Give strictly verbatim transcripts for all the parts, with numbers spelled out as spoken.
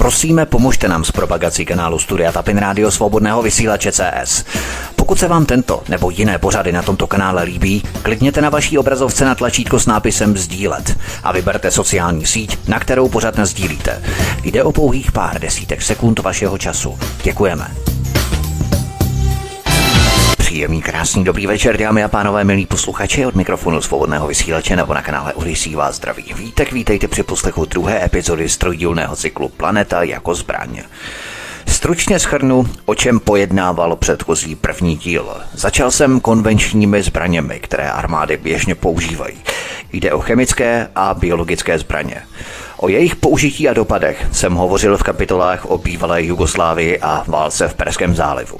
Prosíme, pomožte nám s propagací kanálu Studia Tapin Rádio Svobodného vysílače C S. Pokud se vám tento nebo jiné pořady na tomto kanále líbí, klikněte na vaší obrazovce na tlačítko s nápisem sdílet a vyberte sociální síť, na kterou pořad nasdílíte. Jde o pouhých pár desítek sekund vašeho času. Děkujeme. Příjemný, krásný, dobrý večer, dámy a pánové, milí posluchači, od mikrofonu Svobodného vysílače nebo na kanále Odysee vás zdraví Vítek. Vítejte při poslechu druhé epizody z trojdílného cyklu Planeta jako zbraň. Stručně shrnu, o čem pojednával předchozí první díl. Začal jsem konvenčními zbraněmi, které armády běžně používají. Jde o chemické a biologické zbraně. O jejich použití a dopadech jsem hovořil v kapitolách o bývalé Jugoslávii a válce v Perském zálivu.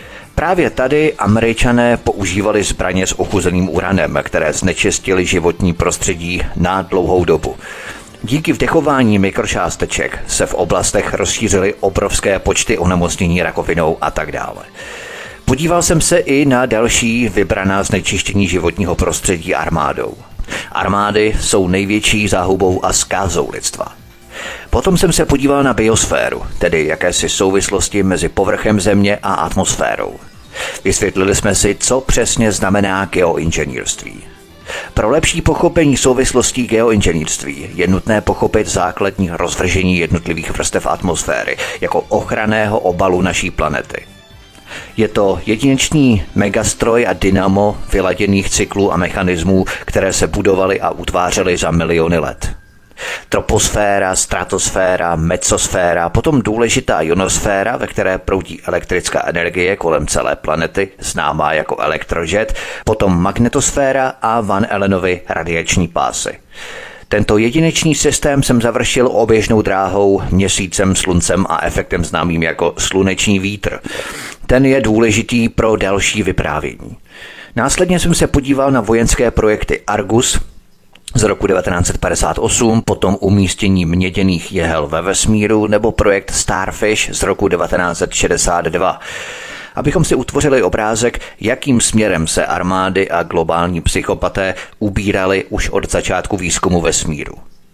Právě tady Američané používali zbraně s ochuzeným uranem, které znečistily životní prostředí na dlouhou dobu. Díky vdechování mikročásteček se v oblastech rozšířily obrovské počty onemocnění rakovinou a tak dále. Podíval jsem se i na další vybraná znečištění životního prostředí armádou. Armády jsou největší záhubou a zkázou lidstva. Potom jsem se podíval na biosféru, tedy jakési souvislosti mezi povrchem země a atmosférou. Vysvětlili jsme si, co přesně znamená geoinženýrství. Pro lepší pochopení souvislostí geoinženýrství je nutné pochopit základní rozvržení jednotlivých vrstev atmosféry jako ochranného obalu naší planety. Je to jedinečný megastroj a dynamo vyladěných cyklů a mechanismů, které se budovaly a utvářely za miliony let. Troposféra, stratosféra, mezosféra, potom důležitá ionosféra, ve které proudí elektrická energie kolem celé planety, známá jako elektrojet, potom magnetosféra a Van Allenovy radiační pásy. Tento jedinečný systém jsem završil oběžnou dráhou, měsícem, sluncem a efektem známým jako sluneční vítr. Ten je důležitý pro další vyprávění. Následně jsem se podíval na vojenské projekty Argus z roku devatenáct set padesát osm, potom umístění měděných jehel ve vesmíru nebo projekt Starfish z roku devatenáct set šedesát dva. Abychom si utvořili obrázek, jakým směrem se armády a globální psychopaté ubírali už od začátku výzkumu vesmíru.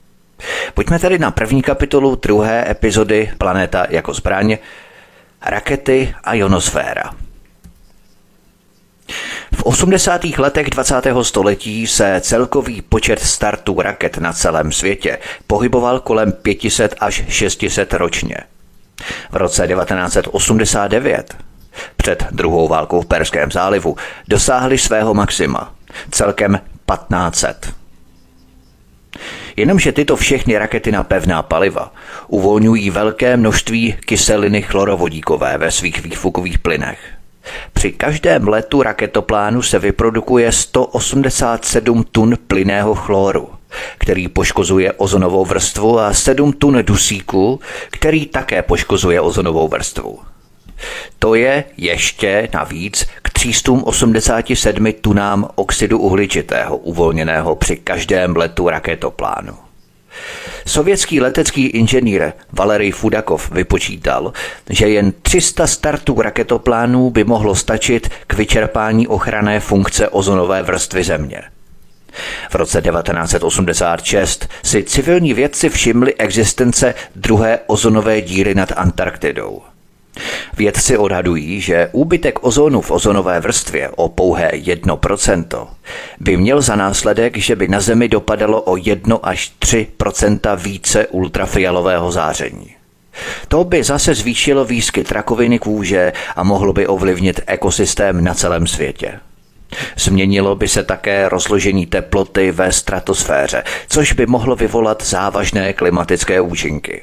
Pojďme tedy na první kapitolu druhé epizody Planeta jako zbraň, rakety a ionosféra. V osmdesátých letech dvacátého století se celkový počet startů raket na celém světě pohyboval kolem pět set až šest set ročně. V roce devatenáct set osmdesát devět, před druhou válkou v Perském zálivu, dosáhli svého maxima, celkem patnáct set. Jenomže tyto všechny rakety na pevná paliva uvolňují velké množství kyseliny chlorovodíkové ve svých výfukových plynech. Při každém letu raketoplánu se vyprodukuje sto osmdesát sedm tun plynného chloru, který poškozuje ozonovou vrstvu, a sedm tun dusíku, který také poškozuje ozonovou vrstvu. To je ještě navíc k tři sta osmdesát sedm tunám oxidu uhličitého uvolněného při každém letu raketoplánu. Sovětský letecký inženýr Valerij Fudakov vypočítal, že jen tři sta startů raketoplánů by mohlo stačit k vyčerpání ochranné funkce ozonové vrstvy Země. V roce devatenáct set osmdesát šest si civilní vědci všimli existence druhé ozonové díry nad Antarktidou. Vědci odhadují, že úbytek ozonu v ozonové vrstvě o pouhé jedno procento by měl za následek, že by na Zemi dopadalo o jedna až tři procenta více ultrafialového záření. To by zase zvýšilo výskyt rakoviny kůže a mohlo by ovlivnit ekosystém na celém světě. Změnilo by se také rozložení teploty ve stratosféře, což by mohlo vyvolat závažné klimatické účinky.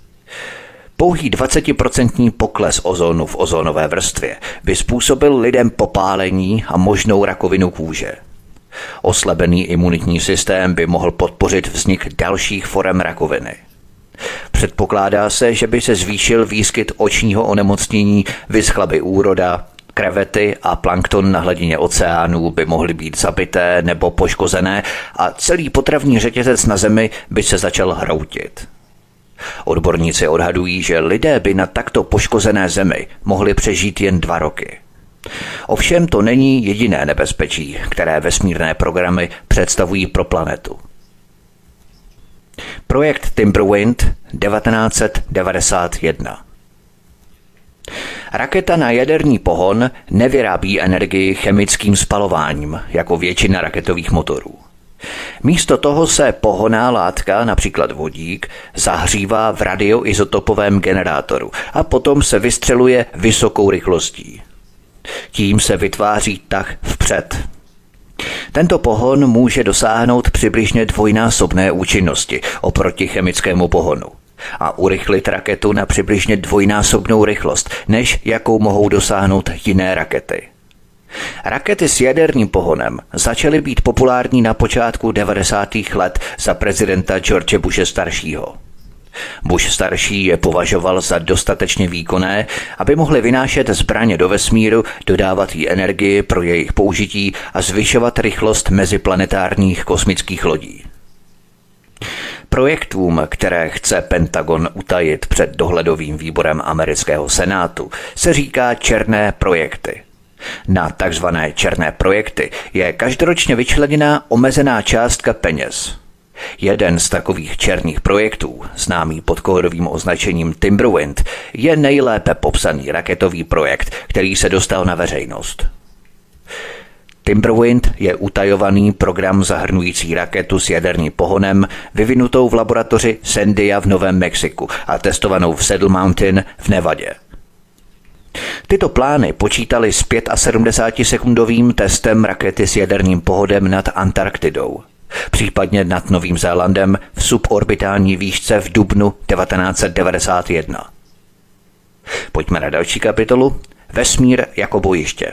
Pouhý dvacetiprocentní pokles ozonu v ozonové vrstvě by způsobil lidem popálení a možnou rakovinu kůže. Oslabený imunitní systém by mohl podpořit vznik dalších forem rakoviny. Předpokládá se, že by se zvýšil výskyt očního onemocnění, vyschla by úroda, krevety a plankton na hladině oceánů by mohly být zabité nebo poškozené a celý potravní řetězec na Zemi by se začal hroutit. Odborníci odhadují, že lidé by na takto poškozené Zemi mohli přežít jen dva roky. Ovšem to není jediné nebezpečí, které vesmírné programy představují pro planetu. Projekt Timberwind devatenáct set devadesát jedna. Raketa na jaderný pohon nevyrábí energii chemickým spalováním, jako většina raketových motorů. Místo toho se pohonná látka, například vodík, zahřívá v radioizotopovém generátoru a potom se vystřeluje vysokou rychlostí. Tím se vytváří tah vpřed. Tento pohon může dosáhnout přibližně dvojnásobné účinnosti oproti chemickému pohonu a urychlit raketu na přibližně dvojnásobnou rychlost, než jakou mohou dosáhnout jiné rakety. Rakety s jaderným pohonem začaly být populární na počátku devadesátých let za prezidenta George Bushe staršího. Bush starší je považoval za dostatečně výkonné, aby mohli vynášet zbraně do vesmíru, dodávat jí energii pro jejich použití a zvyšovat rychlost meziplanetárních kosmických lodí. Projektům, které chce Pentagon utajit před dohledovým výborem amerického senátu, se říká černé projekty. Na takzvané černé projekty je každoročně vyčleněná omezená částka peněz. Jeden z takových černých projektů, známý pod kódovým označením Timberwind, je nejlépe popsaný raketový projekt, který se dostal na veřejnost. Timberwind je utajovaný program zahrnující raketu s jaderným pohonem, vyvinutou v laboratoři Sandia v Novém Mexiku a testovanou v Saddle Mountain v Nevadě. Tyto plány počítaly s sedmdesátipětisekundovým testem rakety s jaderným pohodem nad Antarktidou, případně nad Novým Zélandem v suborbitální výšce v dubnu devatenáct set devadesát jedna. Pojďme na další kapitolu. Vesmír jako bojiště.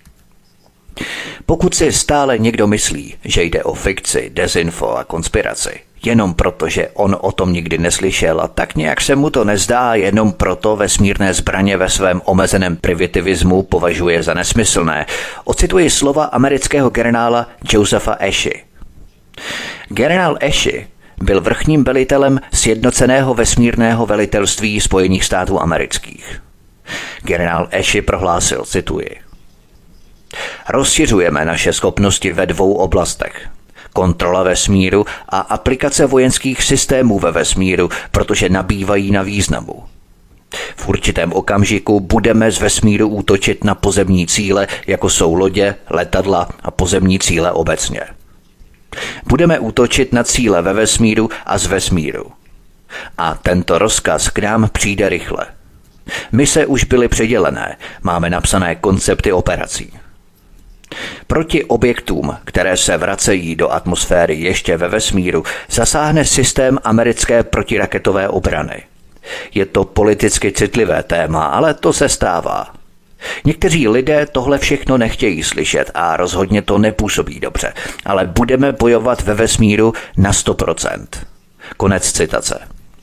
Pokud si stále někdo myslí, že jde o fikci, dezinfo a konspiraci, jenom proto, že on o tom nikdy neslyšel a tak nějak se mu to nezdá, jenom proto vesmírné zbraně ve svém omezeném primitivismu považuje za nesmyslné, ocituji slova amerického generála Josepha Ashe. Generál Ashe byl vrchním velitelem sjednoceného vesmírného velitelství Spojených států amerických. Generál Ashe prohlásil, cituji: Rozšiřujeme naše schopnosti ve dvou oblastech. Kontrola vesmíru a aplikace vojenských systémů ve vesmíru, protože nabývají na významu. V určitém okamžiku budeme z vesmíru útočit na pozemní cíle, jako jsou lodě, letadla a pozemní cíle obecně. Budeme útočit na cíle ve vesmíru a z vesmíru. A tento rozkaz k nám přijde rychle. Mise už byly přidělené, máme napsané koncepty operací. Proti objektům, které se vracejí do atmosféry ještě ve vesmíru, zasáhne systém americké protiraketové obrany. Je to politicky citlivé téma, ale to se stává. Někteří lidé tohle všechno nechtějí slyšet a rozhodně to nepůsobí dobře, ale budeme bojovat ve vesmíru na sto procent. Konec citace.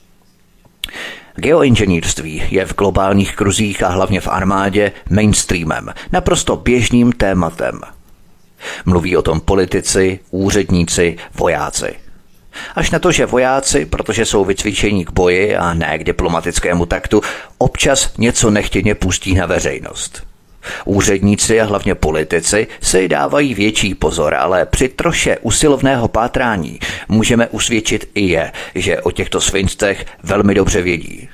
Geoinženýrství je v globálních kruzích a hlavně v armádě mainstreamem, naprosto běžným tématem. Mluví o tom politici, úředníci, vojáci. Až na to, že vojáci, protože jsou vycvičení k boji a ne k diplomatickému taktu, občas něco nechtěně pustí na veřejnost. Úředníci a hlavně politici si dávají větší pozor, ale při troše usilovného pátrání můžeme usvědčit i je, že o těchto svinstvech velmi dobře vědí.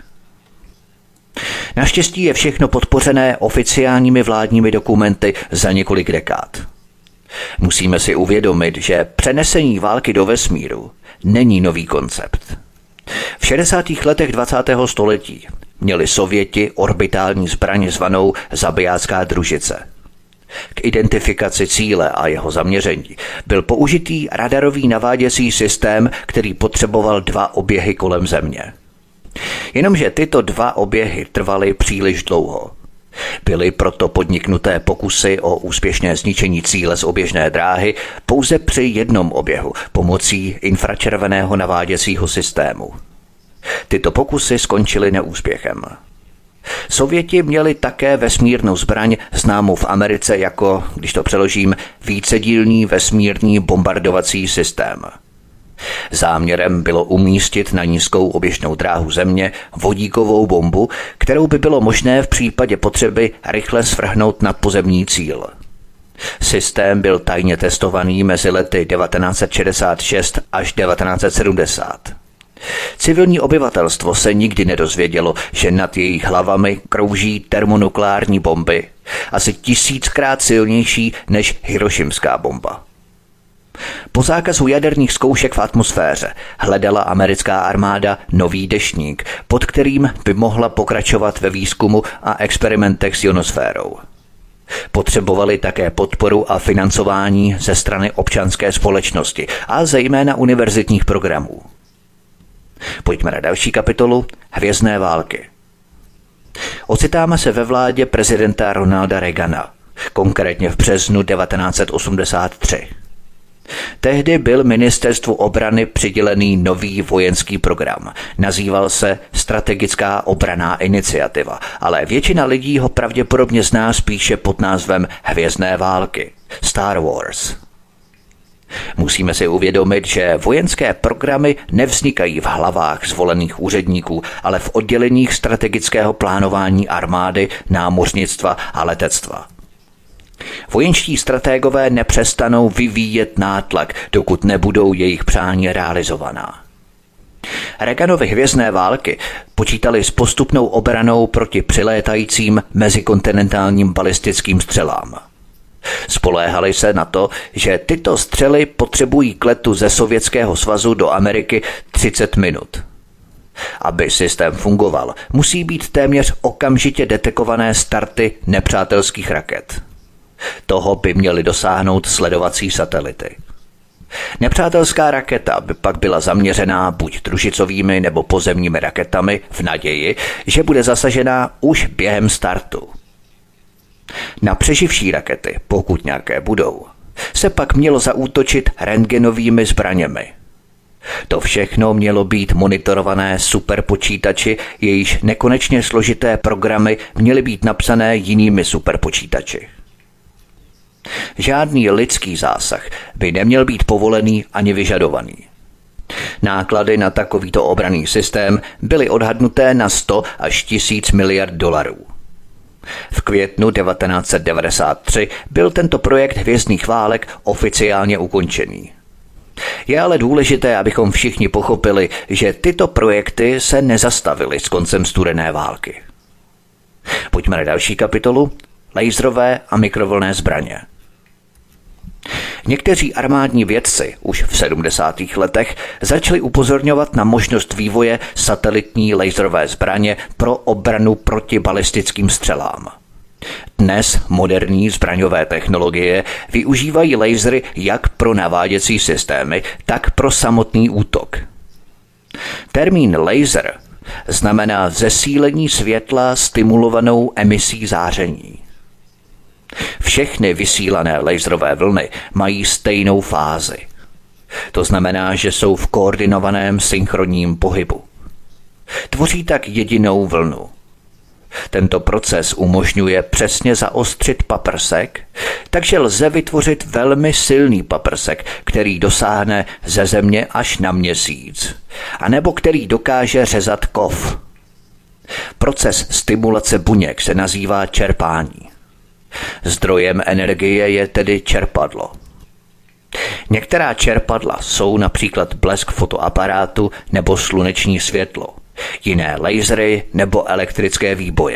Naštěstí je všechno podpořené oficiálními vládními dokumenty za několik dekád. Musíme si uvědomit, že přenesení války do vesmíru není nový koncept. V šedesátých letech dvacátého století měli Sověti orbitální zbraň zvanou zabijácká družice. K identifikaci cíle a jeho zaměření byl použitý radarový naváděcí systém, který potřeboval dva oběhy kolem Země. Jenomže tyto dva oběhy trvaly příliš dlouho. Byly proto podniknuté pokusy o úspěšné zničení cíle z oběžné dráhy pouze při jednom oběhu pomocí infračerveného naváděcího systému. Tyto pokusy skončily neúspěchem. Sověti měli také vesmírnou zbraň známou v Americe jako, když to přeložím, vícedílný vesmírný bombardovací systém. Záměrem bylo umístit na nízkou oběžnou dráhu Země vodíkovou bombu, kterou by bylo možné v případě potřeby rychle svrhnout na pozemní cíl. Systém byl tajně testovaný mezi lety devatenáct set šedesát šest až devatenáct set sedmdesát. Civilní obyvatelstvo se nikdy nedozvědělo, že nad jejich hlavami krouží termonukleární bomby, asi tisíckrát silnější než hirošimská bomba. Po zákazu jaderných zkoušek v atmosféře hledala americká armáda nový deštník, pod kterým by mohla pokračovat ve výzkumu a experimentech s ionosférou. Potřebovali také podporu a financování ze strany občanské společnosti a zejména univerzitních programů. Pojďme na další kapitolu Hvězdné války. Ocitáme se ve vládě prezidenta Ronalda Reagana, konkrétně v březnu devatenáct set osmdesát tři. Tehdy byl ministerstvu obrany přidělený nový vojenský program. Nazýval se Strategická obranná iniciativa, ale většina lidí ho pravděpodobně zná spíše pod názvem Hvězdné války, Star Wars. Musíme si uvědomit, že vojenské programy nevznikají v hlavách zvolených úředníků, ale v odděleních strategického plánování armády, námořnictva a letectva. Vojenští stratégové nepřestanou vyvíjet nátlak, dokud nebudou jejich přání realizovaná. Reaganovy hvězdné války počítali s postupnou obranou proti přilétajícím mezikontinentálním balistickým střelám. Spoléhali se na to, že tyto střely potřebují k letu ze Sovětského svazu do Ameriky třicet minut. Aby systém fungoval, musí být téměř okamžitě detekované starty nepřátelských raket. Toho by měly dosáhnout sledovací satelity. Nepřátelská raketa by pak byla zaměřená buď družicovými nebo pozemními raketami v naději, že bude zasažená už během startu. Na přeživší rakety, pokud nějaké budou, se pak mělo zaútočit rentgenovými zbraněmi. To všechno mělo být monitorované superpočítači, jejichž nekonečně složité programy měly být napsané jinými superpočítači. Žádný lidský zásah by neměl být povolený ani vyžadovaný. Náklady na takovýto obranný systém byly odhadnuté na sto až tisíc miliard dolarů. V květnu devatenáct set devadesát tři byl tento projekt hvězdných válek oficiálně ukončený. Je ale důležité, abychom všichni pochopili, že tyto projekty se nezastavily s koncem studené války. Pojďme na další kapitolu. Laserové a mikrovlnné zbraně. Někteří armádní vědci už v sedmdesátých letech začali upozorňovat na možnost vývoje satelitní laserové zbraně pro obranu proti balistickým střelám. Dnes moderní zbraňové technologie využívají lasery jak pro naváděcí systémy, tak pro samotný útok. Termín laser znamená zesílení světla stimulovanou emisí záření. Všechny vysílané laserové vlny mají stejnou fázi. To znamená, že jsou v koordinovaném synchronním pohybu. Tvoří tak jedinou vlnu. Tento proces umožňuje přesně zaostřit paprsek, takže lze vytvořit velmi silný paprsek, který dosáhne ze Země až na Měsíc, anebo který dokáže řezat kov. Proces stimulace buněk se nazývá čerpání. Zdrojem energie je tedy čerpadlo. Některá čerpadla jsou například blesk fotoaparátu nebo sluneční světlo, jiné lasery nebo elektrické výboje.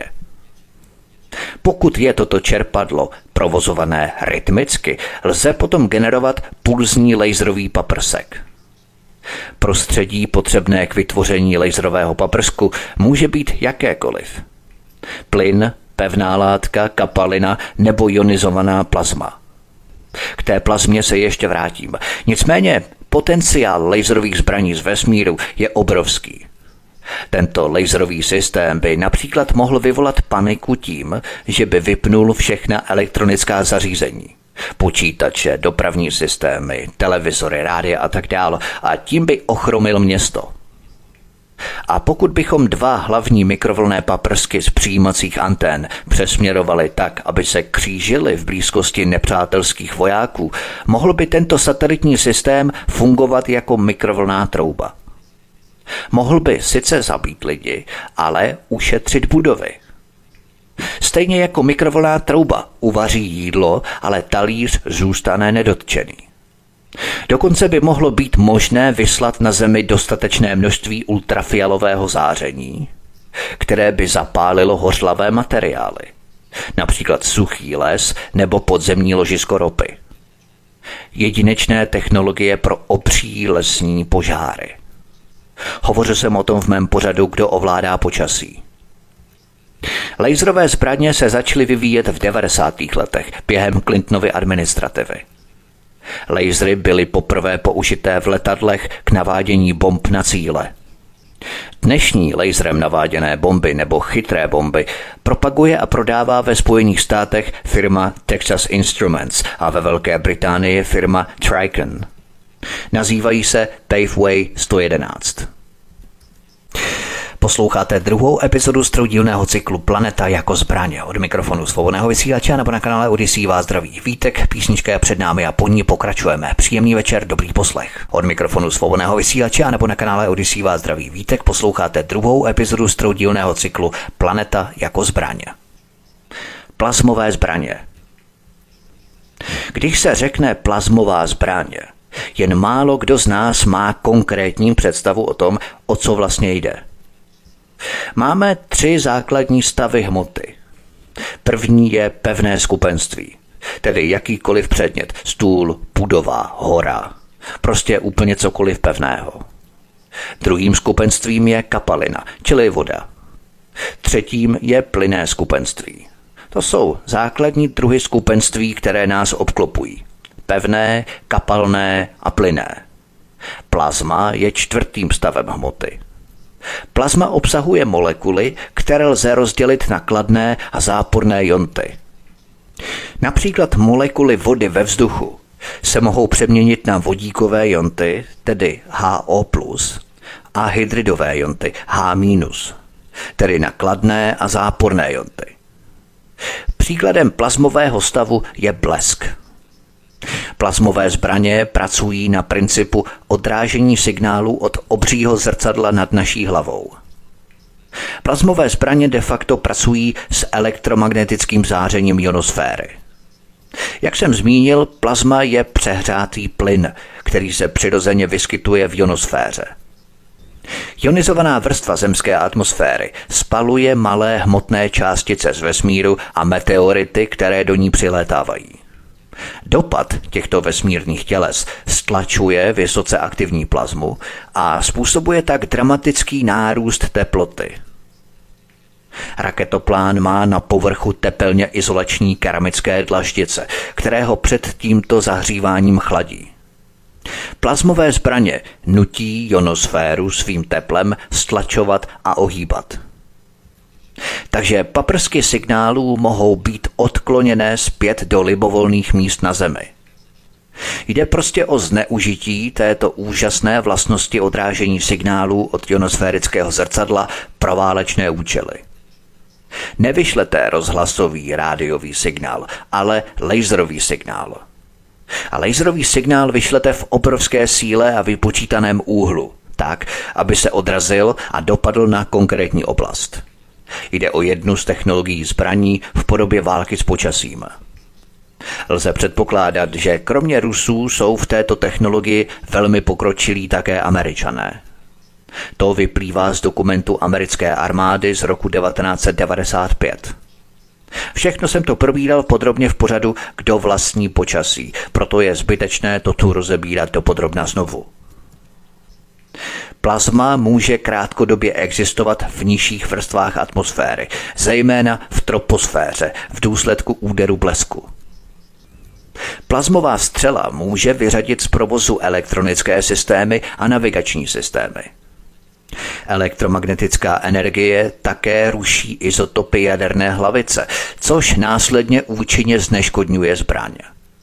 Pokud je toto čerpadlo provozované rytmicky, lze potom generovat pulzní laserový paprsek. Prostředí potřebné k vytvoření laserového paprsku může být jakékoliv. Plyn, pevná látka, kapalina nebo ionizovaná plazma. K té plazmě se ještě vrátím. Nicméně potenciál laserových zbraní z vesmíru je obrovský. Tento laserový systém by například mohl vyvolat paniku tím, že by vypnul všechna elektronická zařízení. Počítače, dopravní systémy, televizory, rádia a tak dále, a tím by ochromil město. A pokud bychom dva hlavní mikrovlnné paprsky z přijímacích antén přesměrovali tak, aby se křížily v blízkosti nepřátelských vojáků, mohl by tento satelitní systém fungovat jako mikrovlnná trouba. Mohl by sice zabít lidi, ale ušetřit budovy. Stejně jako mikrovlnná trouba uvaří jídlo, ale talíř zůstane nedotčený. Dokonce by mohlo být možné vyslat na Zemi dostatečné množství ultrafialového záření, které by zapálilo hořlavé materiály, například suchý les nebo podzemní ložisko ropy. Jedinečné technologie pro obří lesní požáry. Hovořil jsem o tom v mém pořadu Kdo ovládá počasí. Laserové zbraně se začaly vyvíjet v devadesátých letech během Clintonovy administrativy. Lasery byly poprvé použité v letadlech k navádění bomb na cíle. Dnešní laserem naváděné bomby nebo chytré bomby propaguje a prodává ve Spojených státech firma Texas Instruments a ve Velké Británii firma Tricon. Nazývají se Paveway sto jedenáct. Posloucháte druhou epizodu z troudílného cyklu Planeta jako zbraně. Od mikrofonu svobodného vysílače nebo na kanále Odyssey vás zdraví Vítek, písnička je před námi a po ní pokračujeme. Příjemný večer, dobrý poslech. Od mikrofonu svobodného vysílače nebo na kanále Odyssey vás zdraví Vítek, posloucháte druhou epizodu z troudílného cyklu Planeta jako zbraně. Plazmové zbraně. Když se řekne plazmová zbraně, jen málo kdo z nás má konkrétní představu o tom, o co vlastně jde. Máme tři základní stavy hmoty. První je pevné skupenství, tedy jakýkoliv předmět, stůl, budova, hora, prostě úplně cokoliv pevného. Druhým skupenstvím je kapalina, čili voda. Třetím je plynné skupenství. To jsou základní druhy skupenství, které nás obklopují. Pevné, kapalné a plynné. Plazma je čtvrtým stavem hmoty. Plazma obsahuje molekuly, které lze rozdělit na kladné a záporné ionty. Například molekuly vody ve vzduchu se mohou přeměnit na vodíkové ionty, tedy H O plus, a hydridové ionty H minus, tedy na kladné a záporné ionty. Příkladem plazmového stavu je blesk. Plazmové zbraně pracují na principu odrážení signálů od obřího zrcadla nad naší hlavou. Plazmové zbraně de facto pracují s elektromagnetickým zářením ionosféry. Jak jsem zmínil, plazma je přehřátý plyn, který se přirozeně vyskytuje v ionosféře. Ionizovaná vrstva zemské atmosféry spaluje malé hmotné částice z vesmíru a meteority, které do ní přilétávají. Dopad těchto vesmírných těles stlačuje vysoce aktivní plazmu a způsobuje tak dramatický nárůst teploty. Raketoplán má na povrchu tepelně izolační keramické dlaždice, které ho před tímto zahříváním chladí. Plazmové zbraně nutí ionosféru svým teplem stlačovat a ohýbat. Takže paprsky signálů mohou být odkloněné zpět do libovolných míst na Zemi. Jde prostě o zneužití této úžasné vlastnosti odrážení signálů od ionosférického zrcadla pro válečné účely. Nevyšlete rozhlasový rádiový signál, ale laserový signál. A laserový signál vyšlete v obrovské síle a vypočítaném úhlu, tak, aby se odrazil a dopadl na konkrétní oblast. Jde o jednu z technologií zbraní v podobě války s počasím. Lze předpokládat, že kromě Rusů jsou v této technologii velmi pokročilí také Američané. To vyplývá z dokumentu americké armády z roku devatenáct set devadesát pět. Všechno jsem to probíral podrobně v pořadu Kdo vlastní počasí, proto je zbytečné to tu rozebírat dopodrobna znovu. Plazma může krátkodobě existovat v nižších vrstvách atmosféry, zejména v troposféře v důsledku úderu blesku. Plazmová střela může vyřadit z provozu elektronické systémy a navigační systémy. Elektromagnetická energie také ruší izotopy jaderné hlavice, což následně účinně zneškodňuje zbraň.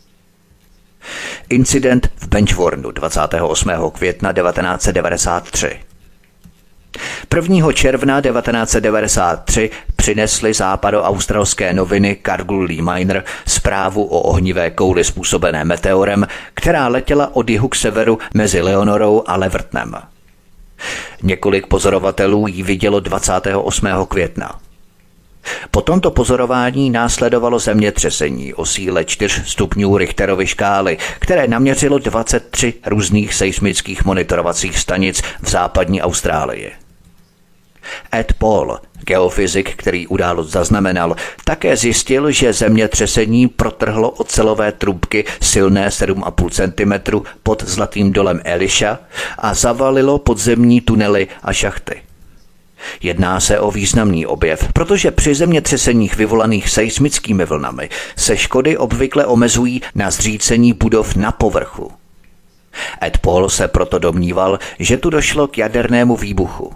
Incident v Benchwarnu dvacátého osmého května devatenáct set devadesát tři. prvního června devatenáct set devadesát tři přinesly západoaustralské noviny Cargill Miner zprávu o ohnivé kouli způsobené meteorem, která letěla od jihu k severu mezi Leonorou a Levertnem. Několik pozorovatelů ji vidělo dvacátého osmého května. Po tomto pozorování následovalo zemětřesení o síle čtyř stupňů Richterovy škály, které naměřilo dvacet tři různých seismických monitorovacích stanic v západní Austrálii. Ed Paul, geofyzik, který událost zaznamenal, také zjistil, že zemětřesení protrhlo ocelové trubky silné sedm a půl centimetru pod Zlatým dolem Elisha a zavalilo podzemní tunely a šachty. Jedná se o významný objev, protože při zemětřeseních vyvolaných seismickými vlnami se škody obvykle omezují na zřícení budov na povrchu. Ed Paul se proto domníval, že tu došlo k jadernému výbuchu.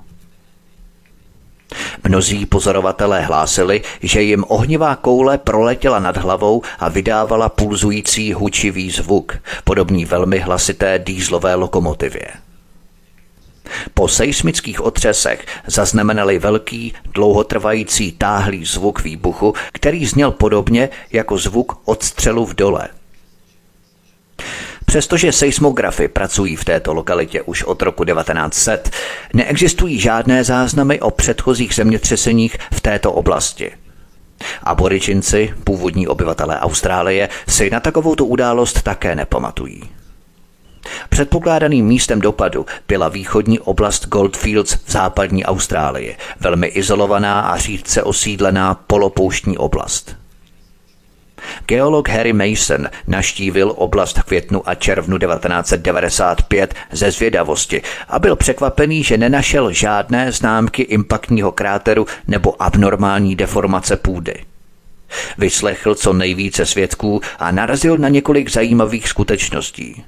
Mnozí pozorovatelé hlásili, že jim ohnivá koule proletěla nad hlavou a vydávala pulzující hučivý zvuk, podobný velmi hlasité dýzlové lokomotivě. Po seismických otřesech zaznamenali velký, dlouhotrvající táhlý zvuk výbuchu, který zněl podobně jako zvuk odstřelu v dole. Přestože seismografy pracují v této lokalitě už od roku devatenáct set, neexistují žádné záznamy o předchozích zemětřeseních v této oblasti. Aboričinci, původní obyvatelé Austrálie, si na takovouto událost také nepamatují. Předpokládaným místem dopadu byla východní oblast Goldfields v západní Austrálii, velmi izolovaná a řídce osídlená polopouštní oblast. Geolog Harry Mason navštívil oblast v květnu a červnu devatenáct set devadesát pět ze zvědavosti a byl překvapený, že nenašel žádné známky impaktního kráteru nebo abnormální deformace půdy. Vyslechl co nejvíce svědků a narazil na několik zajímavých skutečností.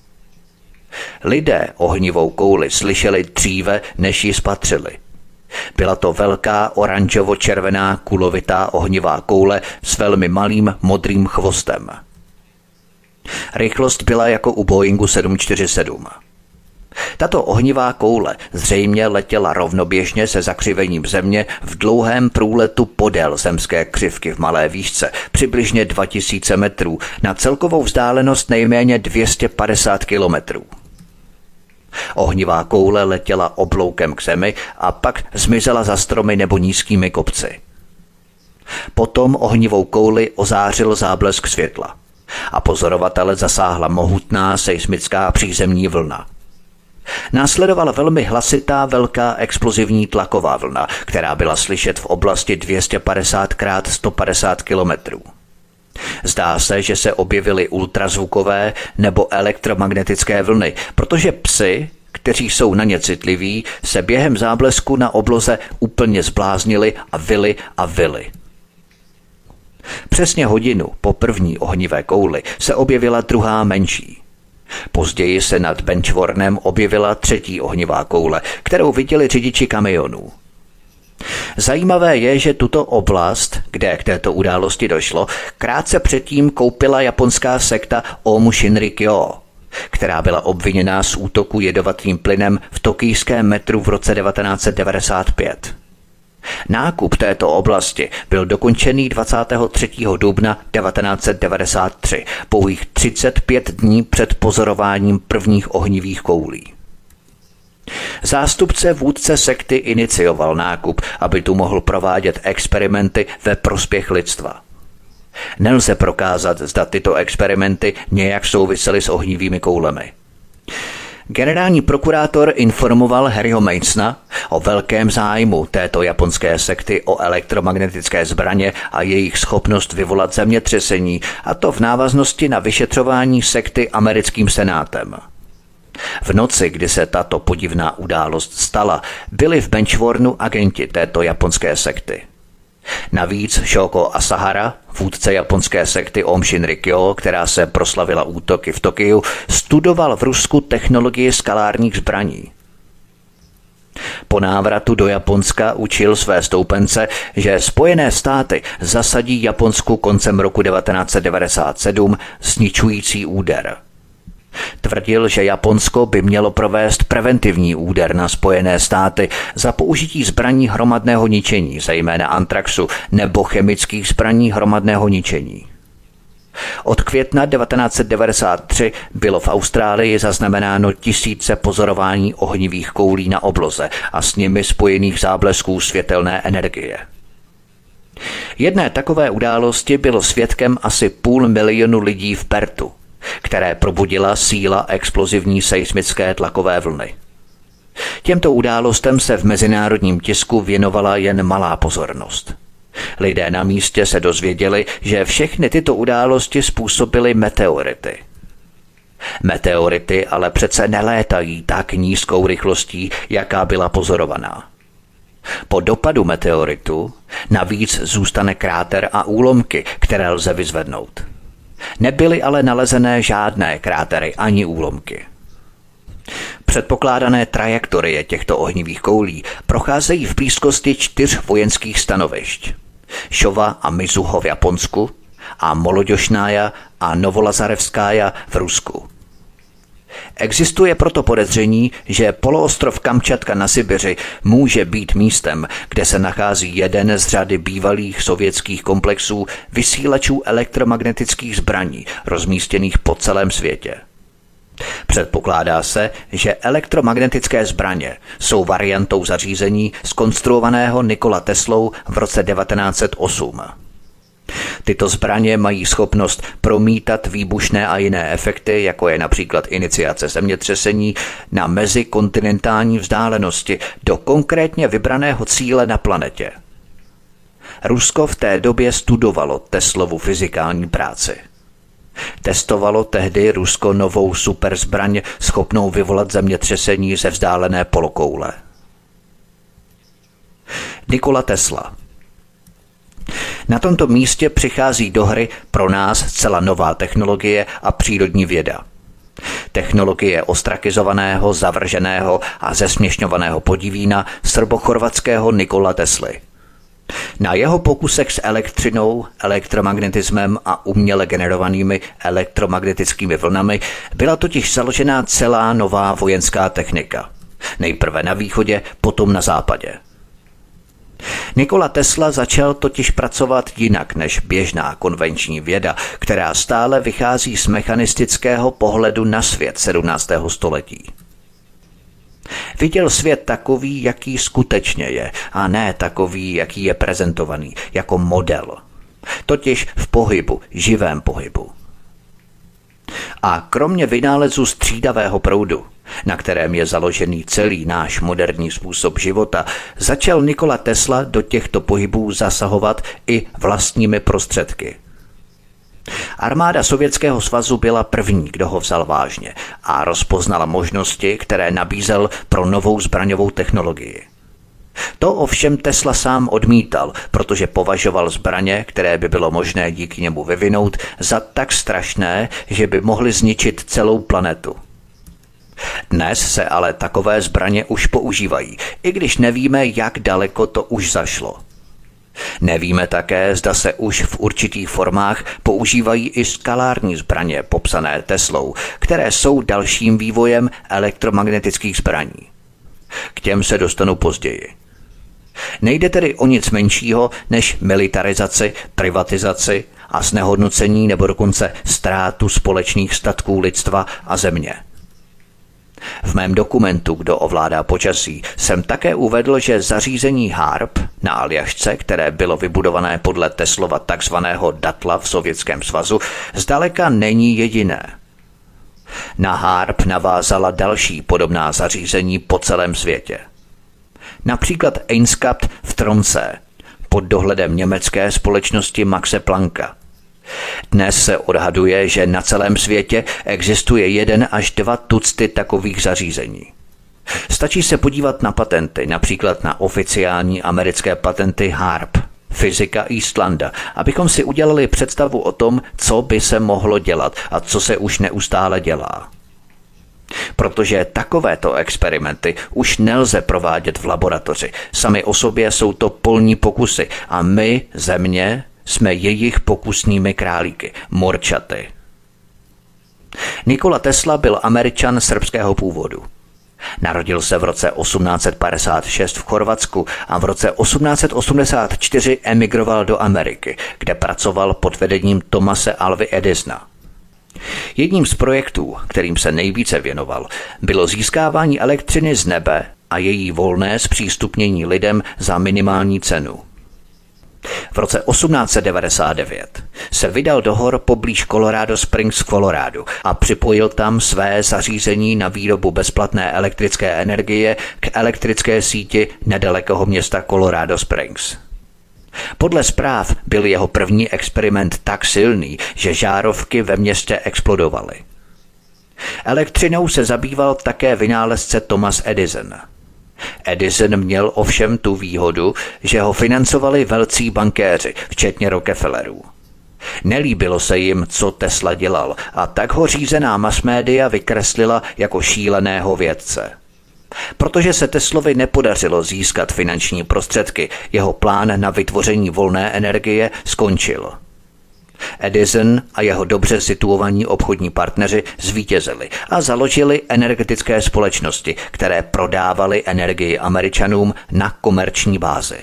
Lidé ohnivou kouli slyšeli dříve, než ji spatřili. Byla to velká oranžovo-červená kulovitá ohnivá koule s velmi malým modrým chvostem. Rychlost byla jako u Boeingu sedm čtyřicet sedm. Tato ohnivá koule zřejmě letěla rovnoběžně se zakřivením země v dlouhém průletu podél zemské křivky v malé výšce, přibližně dva tisíce metrů, na celkovou vzdálenost nejméně dvě stě padesát kilometrů. Ohnivá koule letěla obloukem k zemi a pak zmizela za stromy nebo nízkými kopci. Potom ohnivou kouli ozářil záblesk světla a pozorovatele zasáhla mohutná seismická přízemní vlna. Následovala velmi hlasitá velká explozivní tlaková vlna, která byla slyšet v oblasti dvě stě padesát krát sto padesát kilometrů. Zdá se, že se objevily ultrazvukové nebo elektromagnetické vlny, protože psi, kteří jsou na ně citliví, se během záblesku na obloze úplně zbláznili a vyli a vyli. Přesně hodinu po první ohnivé kouli se objevila druhá menší. Později se nad Benchwarnem objevila třetí ohnivá koule, kterou viděli řidiči kamionů. Zajímavé je, že tuto oblast, kde k této události došlo, krátce předtím koupila japonská sekta Aum Shinrikyo, která byla obviněná z útoku jedovatým plynem v tokijském metru v roce devatenáct set devadesát pět. Nákup této oblasti byl dokončený dvacátého třetího dubna devatenáct set devadesát tři, pouhých třicet pět dní před pozorováním prvních ohnivých koulí. Zástupce vůdce sekty inicioval nákup, aby tu mohl provádět experimenty ve prospěch lidstva. Nelze prokázat, zda tyto experimenty nějak souvisely s ohnivými koulemi. Generální prokurátor informoval Harryho Masona o velkém zájmu této japonské sekty o elektromagnetické zbraně a jejich schopnost vyvolat zemětřesení, a to v návaznosti na vyšetřování sekty americkým senátem. V noci, kdy se tato podivná událost stala, byli v Benchwarnu agenti této japonské sekty. Navíc Shoko Asahara, vůdce japonské sekty Aum Shinrikyo, která se proslavila útoky v Tokiu, studoval v Rusku technologii skalárních zbraní. Po návratu do Japonska učil své stoupence, že Spojené státy zasadí Japonsku koncem roku devatenáct set devadesát sedm zničující úder. Tvrdil, že Japonsko by mělo provést preventivní úder na Spojené státy za použití zbraní hromadného ničení, zejména antraxu, nebo chemických zbraní hromadného ničení. Od května devatenáct set devadesát tři bylo v Austrálii zaznamenáno tisíce pozorování ohnivých koulí na obloze a s nimi spojených záblesků světelné energie. Jedné takové události bylo svědkem asi půl milionu lidí v Pertu, které probudila síla explozivní seismické tlakové vlny. Těmto událostem se v mezinárodním tisku věnovala jen malá pozornost. Lidé na místě se dozvěděli, že všechny tyto události způsobily meteority. Meteority ale přece nelétají tak nízkou rychlostí, jaká byla pozorovaná. Po dopadu meteoritu navíc zůstane kráter a úlomky, které lze vyzvednout. Nebyly ale nalezené žádné krátery ani úlomky. Předpokládané trajektorie těchto ohnivých koulí procházejí v blízkosti čtyř vojenských stanovišť. Šova a Mizuho v Japonsku a Moloďošnája a Novolazarevskája v Rusku. Existuje proto podezření, že poloostrov Kamčatka na Sibiři může být místem, kde se nachází jeden z řady bývalých sovětských komplexů vysílačů elektromagnetických zbraní rozmístěných po celém světě. Předpokládá se, že elektromagnetické zbraně jsou variantou zařízení zkonstruovaného Nikola Teslou v roce devatenáct set osm. Tyto zbraně mají schopnost promítat výbušné a jiné efekty, jako je například iniciace zemětřesení, na mezikontinentální vzdálenosti do konkrétně vybraného cíle na planetě. Rusko v té době studovalo Teslovu fyzikální práci. Testovalo tehdy Rusko novou superzbraň schopnou vyvolat zemětřesení ze vzdálené polokoule. Nikola Tesla. Na tomto místě přichází do hry pro nás zcela nová technologie a přírodní věda. Technologie ostrakizovaného, zavrženého a zesměšňovaného podivína srbochorvatského Nikola Tesly. Na jeho pokusech s elektřinou, elektromagnetismem a uměle generovanými elektromagnetickými vlnami byla totiž založena celá nová vojenská technika. Nejprve na východě, potom na západě. Nikola Tesla začal totiž pracovat jinak než běžná konvenční věda, která stále vychází z mechanistického pohledu na svět sedmnáctého století. Viděl svět takový, jaký skutečně je, a ne takový, jaký je prezentovaný, jako model. Totiž v pohybu, živém pohybu. A kromě vynálezu střídavého proudu, na kterém je založený celý náš moderní způsob života, začal Nikola Tesla do těchto pohybů zasahovat i vlastními prostředky. Armáda Sovětského svazu byla první, kdo ho vzal vážně a rozpoznala možnosti, které nabízel pro novou zbraňovou technologii. To ovšem Tesla sám odmítal, protože považoval zbraně, které by bylo možné díky němu vyvinout, za tak strašné, že by mohly zničit celou planetu. Dnes se ale takové zbraně už používají, i když nevíme, jak daleko to už zašlo. Nevíme také, zda se už v určitých formách používají i skalární zbraně popsané Teslou, které jsou dalším vývojem elektromagnetických zbraní. K těm se dostanu později. Nejde tedy o nic menšího než militarizaci, privatizaci a znehodnocení nebo dokonce ztrátu společných statků lidstva a země. V mém dokumentu Kdo ovládá počasí jsem také uvedl, že zařízení HARP na Aljašce, které bylo vybudované podle Teslova takzvaného datla v Sovětském svazu, zdaleka není jediné. Na HARP navázala další podobná zařízení po celém světě. Například Einskat v Tromsø pod dohledem německé společnosti Maxe Plancka. Dnes se odhaduje, že na celém světě existuje jeden až dva tucty takových zařízení. Stačí se podívat na patenty, například na oficiální americké patenty HARP, fyzika Eastlanda, abychom si udělali představu o tom, co by se mohlo dělat a co se už neustále dělá. Protože takovéto experimenty už nelze provádět v laboratoři. Sami o sobě jsou to polní pokusy a my, země, jsme jejich pokusnými králíky, morčaty. Nikola Tesla byl Američan srbského původu. Narodil se v roce osmnáct set padesát šest v Chorvatsku a v roce osmnáct set osmdesát čtyři emigroval do Ameriky, kde pracoval pod vedením Thomase Alvy Edisona. Jedním z projektů, kterým se nejvíce věnoval, bylo získávání elektřiny z nebe a její volné zpřístupnění lidem za minimální cenu. V roce osmnáct set devadesát devět se vydal do hor poblíž Colorado Springs v Colorádu a připojil tam své zařízení na výrobu bezplatné elektrické energie k elektrické síti nedalekého města Colorado Springs. Podle zpráv byl jeho první experiment tak silný, že žárovky ve městě explodovaly. Elektřinou se zabýval také vynálezce Thomas Edison. Edison měl ovšem tu výhodu, že ho financovali velcí bankéři, včetně Rockefellerů. Nelíbilo se jim, co Tesla dělal, a tak ho řízená masmédia vykreslila jako šíleného vědce. Protože se Teslovi nepodařilo získat finanční prostředky, jeho plán na vytvoření volné energie skončil. Edison a jeho dobře situovaní obchodní partneři zvítězili a založili energetické společnosti, které prodávaly energii Američanům na komerční bázi.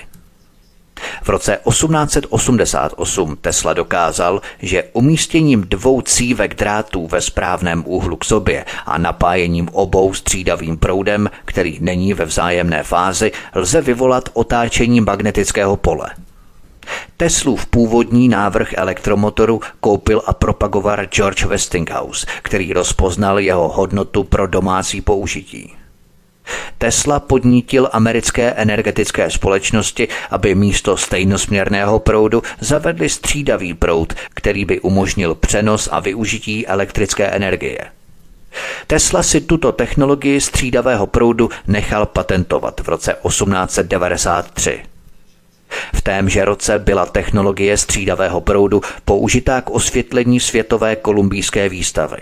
V roce osmnáct set osmdesát osm Tesla dokázal, že umístěním dvou cívek drátů ve správném úhlu k sobě a napájením obou střídavým proudem, který není ve vzájemné fázi, lze vyvolat otáčení magnetického pole. Teslův původní návrh elektromotoru koupil a propagoval George Westinghouse, který rozpoznal jeho hodnotu pro domácí použití. Tesla podnítil americké energetické společnosti, aby místo stejnosměrného proudu zavedli střídavý proud, který by umožnil přenos a využití elektrické energie. Tesla si tuto technologii střídavého proudu nechal patentovat v roce osmnáct set devadesát tři. V témže roce byla technologie střídavého proudu použitá k osvětlení světové kolumbijské výstavy.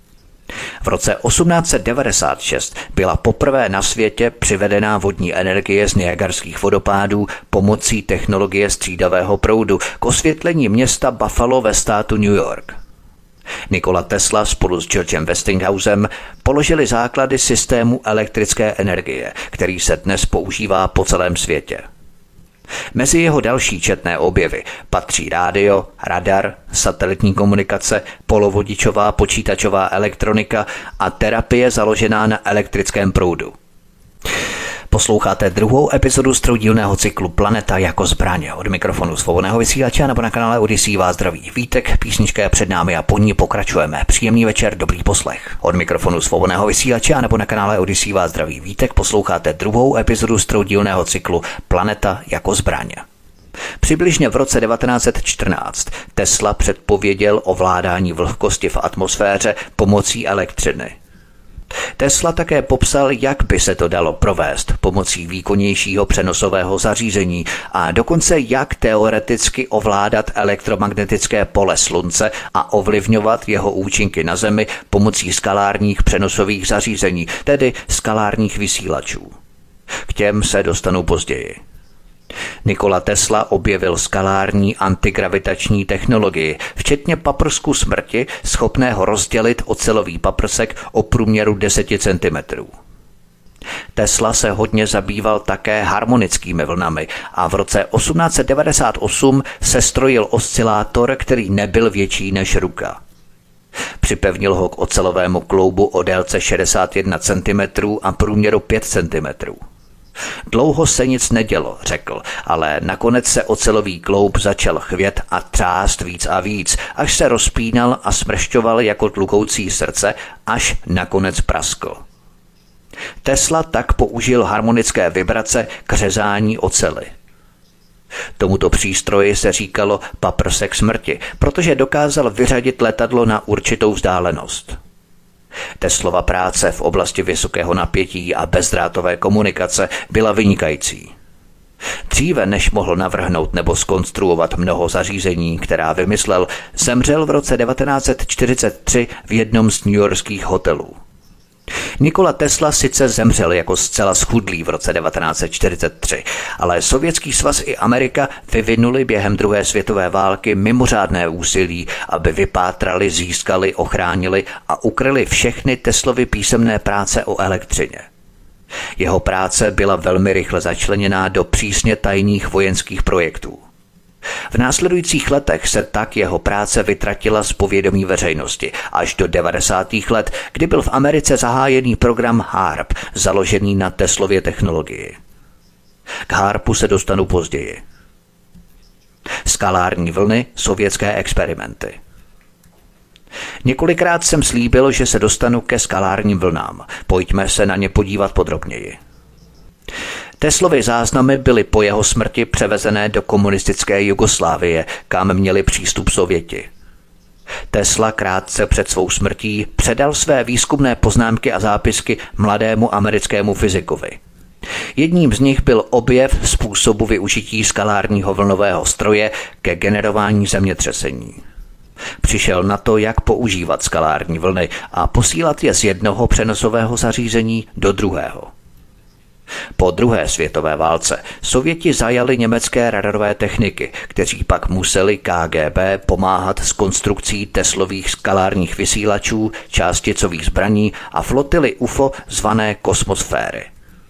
V roce osmnáct set devadesát šest byla poprvé na světě přivedená vodní energie z Niagarských vodopádů pomocí technologie střídavého proudu k osvětlení města Buffalo ve státu New York. Nikola Tesla spolu s Georgem Westinghousem položili základy systému elektrické energie, který se dnes používá po celém světě. Mezi jeho další četné objevy patří rádio, radar, satelitní komunikace, polovodičová počítačová elektronika a terapie založená na elektrickém proudu. Posloucháte druhou epizodu z troudílného cyklu Planeta jako zbraně. Od mikrofonu svobodného vysílače nebo na kanále Odyssey vás zdraví Vítek, písnička je před námi a po ní pokračujeme. Příjemný večer, dobrý poslech. Od mikrofonu svobodného vysílače nebo na kanále Odyssey vás zdraví Vítek, posloucháte druhou epizodu z troudílného cyklu Planeta jako zbraně. Přibližně v roce devatenáct set čtrnáct Tesla předpověděl ovládání vlhkosti v atmosféře pomocí elektřiny. Tesla také popsal, jak by se to dalo provést pomocí výkonnějšího přenosového zařízení a dokonce jak teoreticky ovládat elektromagnetické pole slunce a ovlivňovat jeho účinky na Zemi pomocí skalárních přenosových zařízení, tedy skalárních vysílačů. K těm se dostanu později. Nikola Tesla objevil skalární antigravitační technologii, včetně paprsku smrti, schopného rozdělit ocelový paprsek o průměru deset centimetrů. Tesla se hodně zabýval také harmonickými vlnami a v roce osmnáct set devadesát osm sestrojil oscilátor, který nebyl větší než ruka. Připevnil ho k ocelovému kloubu o délce šedesát jedna centimetrů a průměru pět centimetrů. Dlouho se nic nedělo, řekl, ale nakonec se ocelový kloub začal chvět a třást víc a víc, až se rozpínal a smršťoval jako tlukoucí srdce, až nakonec praskl. Tesla tak použil harmonické vibrace k řezání oceli. Tomuto přístroji se říkalo paprsek smrti, protože dokázal vyřadit letadlo na určitou vzdálenost. Teslova práce v oblasti vysokého napětí a bezdrátové komunikace byla vynikající. Dříve než mohl navrhnout nebo zkonstruovat mnoho zařízení, která vymyslel, zemřel v roce devatenáct set čtyřicet tři v jednom z newyorských hotelů. Nikola Tesla sice zemřel jako zcela schudlý v roce devatenáct set čtyřicet tři, ale Sovětský svaz i Amerika vyvinuli během druhé světové války mimořádné úsilí, aby vypátrali, získali, ochránili a ukryli všechny Teslovy písemné práce o elektřině. Jeho práce byla velmi rychle začleněná do přísně tajných vojenských projektů. V následujících letech se tak jeho práce vytratila z povědomí veřejnosti až do devadesátých let, kdy byl v Americe zahájený program HAARP, založený na Teslově technologii. K HAARPu se dostanu později. Skalární vlny, sovětské experimenty. Několikrát jsem slíbil, že se dostanu ke skalárním vlnám. Pojďme se na ně podívat podrobněji. Teslovy záznamy byly po jeho smrti převezené do komunistické Jugoslávie, kam měli přístup Sověti. Tesla krátce před svou smrtí předal své výzkumné poznámky a zápisky mladému americkému fyzikovi. Jedním z nich byl objev způsobu využití skalárního vlnového stroje ke generování zemětřesení. Přišel na to, jak používat skalární vlny a posílat je z jednoho přenosového zařízení do druhého. Po druhé světové válce Sověti zajali německé radarové techniky, kteří pak museli K G B pomáhat s konstrukcí Teslových skalárních vysílačů, částicových zbraní a flotily U F O zvané kosmosféry.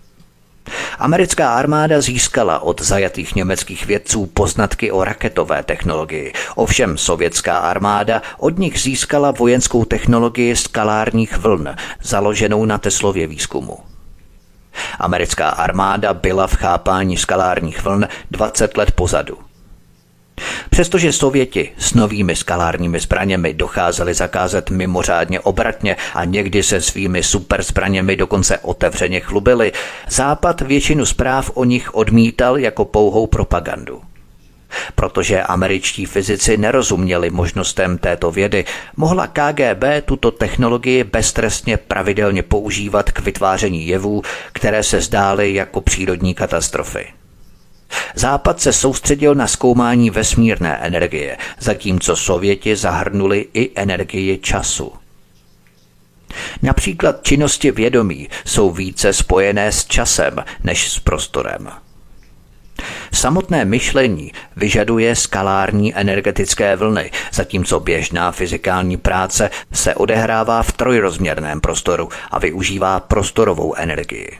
Americká armáda získala od zajatých německých vědců poznatky o raketové technologii, ovšem sovětská armáda od nich získala vojenskou technologii skalárních vln, založenou na Teslově výzkumu. Americká armáda byla v chápání skalárních vln dvacet let pozadu. Přestože Sověti s novými skalárními zbraněmi docházeli zakázat mimořádně obratně a někdy se svými superzbraněmi dokonce otevřeně chlubili, Západ většinu zpráv o nich odmítal jako pouhou propagandu. Protože američtí fyzici nerozuměli možnostem této vědy, mohla K G B tuto technologii beztrestně pravidelně používat k vytváření jevů, které se zdály jako přírodní katastrofy. Západ se soustředil na zkoumání vesmírné energie, zatímco Sověti zahrnuli i energii času. Například činnosti vědomí jsou více spojené s časem než s prostorem. Samotné myšlení vyžaduje skalární energetické vlny, zatímco běžná fyzikální práce se odehrává v trojrozměrném prostoru a využívá prostorovou energii.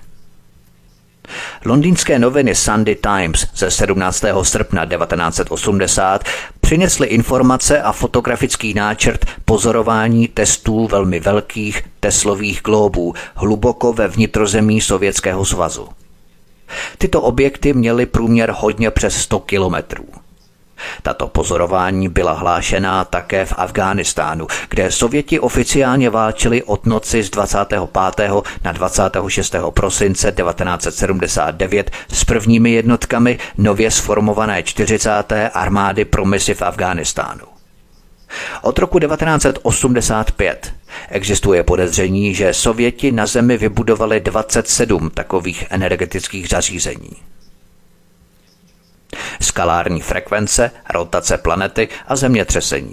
Londýnské noviny Sunday Times ze sedmnáctého srpna devatenáct set osmdesát přinesly informace a fotografický náčrt pozorování testů velmi velkých Teslových glóbů hluboko ve vnitrozemí Sovětského svazu. Tyto objekty měly průměr hodně přes sto kilometrů. Tato pozorování byla hlášená také v Afghánistánu, kde Sověti oficiálně válčili od noci z dvacátého pátého na dvacátého šestého prosince devatenáct set sedmdesát devět s prvními jednotkami nově sformované čtyřicáté armády pro misi v Afghánistánu. Od roku devatenáct set osmdesát pět existuje podezření, že Sověti na Zemi vybudovali dvacet sedm takových energetických zařízení. Skalární frekvence, rotace planety a zemětřesení.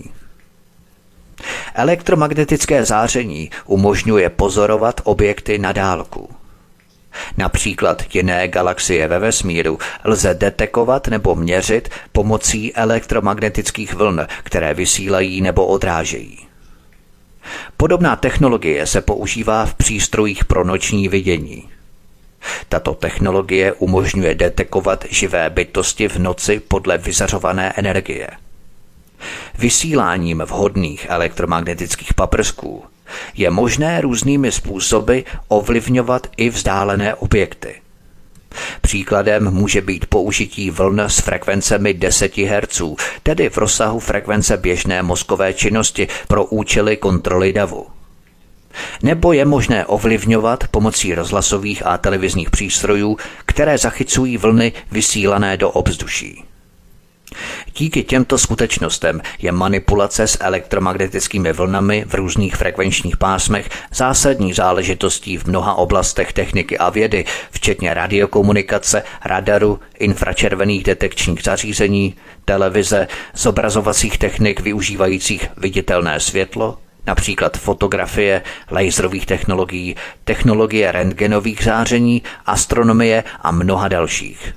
Elektromagnetické záření umožňuje pozorovat objekty na dálku. Například jiné galaxie ve vesmíru lze detekovat nebo měřit pomocí elektromagnetických vln, které vysílají nebo odrážejí. Podobná technologie se používá v přístrojích pro noční vidění. Tato technologie umožňuje detekovat živé bytosti v noci podle vyzařované energie. Vysíláním vhodných elektromagnetických paprsků je možné různými způsoby ovlivňovat i vzdálené objekty. Příkladem může být použití vln s frekvencemi deset hertzů, tedy v rozsahu frekvence běžné mozkové činnosti pro účely kontroly davu. Nebo je možné ovlivňovat pomocí rozhlasových a televizních přístrojů, které zachycují vlny vysílané do ovzduší. Díky těmto skutečnostem je manipulace s elektromagnetickými vlnami v různých frekvenčních pásmech zásadní záležitostí v mnoha oblastech techniky a vědy, včetně radiokomunikace, radaru, infračervených detekčních zařízení, televize, zobrazovacích technik využívajících viditelné světlo, například fotografie, laserových technologií, technologie rentgenových záření, astronomie a mnoha dalších.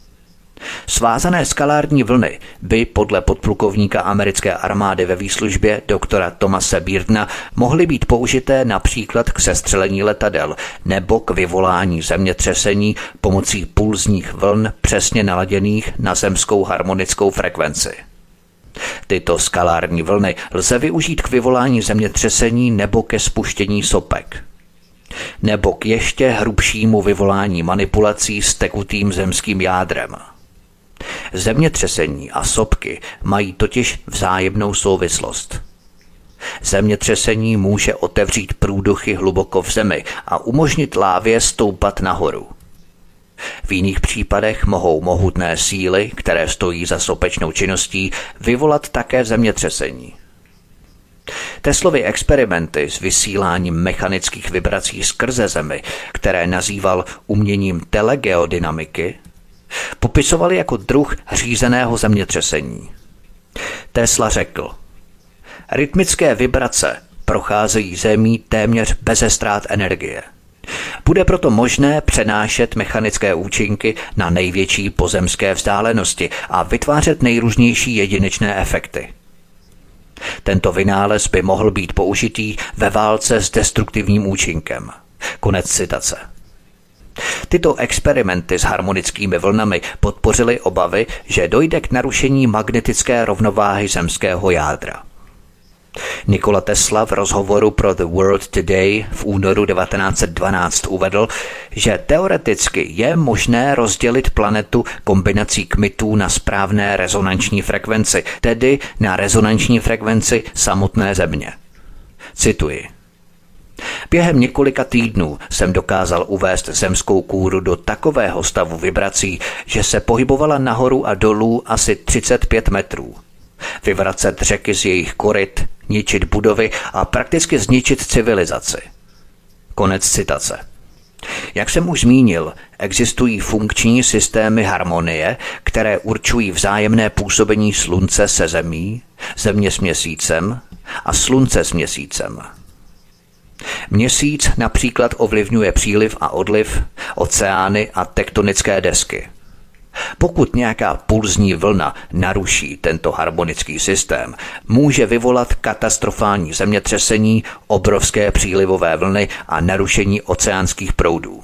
Svázané skalární vlny by podle podplukovníka americké armády ve výslužbě doktora Thomase Beardna mohly být použité například k sestřelení letadel nebo k vyvolání zemětřesení pomocí pulzních vln přesně naladěných na zemskou harmonickou frekvenci. Tyto skalární vlny lze využít k vyvolání zemětřesení nebo ke spuštění sopek. Nebo k ještě hrubšímu vyvolání manipulací s tekutým zemským jádrem. Zemětřesení a sopky mají totiž vzájemnou souvislost. Zemětřesení může otevřít průduchy hluboko v zemi a umožnit lávě stoupat nahoru. V jiných případech mohou mohutné síly, které stojí za sopečnou činností, vyvolat také zemětřesení. Teslovy experimenty s vysíláním mechanických vibrací skrze zemi, které nazýval uměním telegeodynamiky, popisovaly jako druh řízeného zemětřesení. Tesla řekl: rytmické vibrace procházejí zemí téměř beze ztrát energie. Bude proto možné přenášet mechanické účinky na největší pozemské vzdálenosti a vytvářet nejrůznější jedinečné efekty. Tento vynález by mohl být použitý ve válce s destruktivním účinkem. Konec citace. Tyto experimenty s harmonickými vlnami podpořily obavy, že dojde k narušení magnetické rovnováhy zemského jádra. Nikola Tesla v rozhovoru pro The World Today v únoru devatenáct set dvanáct uvedl, že teoreticky je možné rozdělit planetu kombinací kmitů na správné rezonanční frekvenci, tedy na rezonanční frekvenci samotné Země. Cituji: během několika týdnů jsem dokázal uvést zemskou kůru do takového stavu vibrací, že se pohybovala nahoru a dolů asi třicet pět metrů. Vyvracet řeky z jejich koryt, ničit budovy a prakticky zničit civilizaci. Konec citace. Jak jsem už zmínil, existují funkční systémy harmonie, které určují vzájemné působení Slunce se Zemí, Země s Měsícem a Slunce s Měsícem. Měsíc například ovlivňuje příliv a odliv, oceány a tektonické desky. Pokud nějaká pulzní vlna naruší tento harmonický systém, může vyvolat katastrofální zemětřesení, obrovské přílivové vlny a narušení oceánských proudů.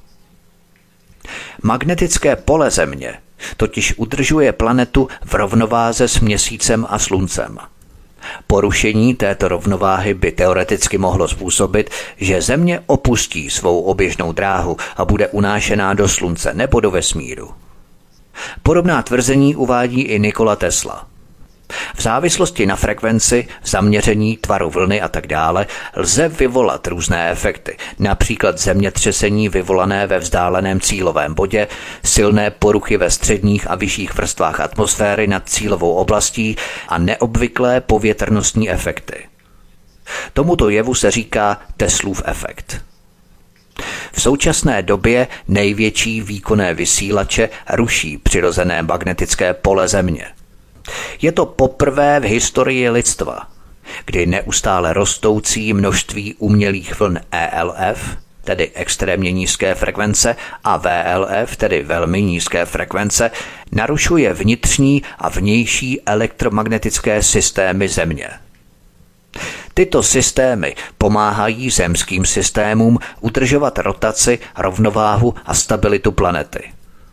Magnetické pole Země totiž udržuje planetu v rovnováze s Měsícem a Sluncem. Porušení této rovnováhy by teoreticky mohlo způsobit, že Země opustí svou oběžnou dráhu a bude unášená do Slunce nebo do vesmíru. Podobná tvrzení uvádí i Nikola Tesla. V závislosti na frekvenci, zaměření, tvaru vlny a tak dále lze vyvolat různé efekty, například zemětřesení vyvolané ve vzdáleném cílovém bodě, silné poruchy ve středních a vyšších vrstvách atmosféry nad cílovou oblastí a neobvyklé povětrnostní efekty. Tomuto jevu se říká Teslův efekt. V současné době největší výkonné vysílače ruší přirozené magnetické pole Země. Je to poprvé v historii lidstva, kdy neustále rostoucí množství umělých vln E L F, tedy extrémně nízké frekvence, a V L F, tedy velmi nízké frekvence, narušuje vnitřní a vnější elektromagnetické systémy Země. Tyto systémy pomáhají zemským systémům udržovat rotaci, rovnováhu a stabilitu planety.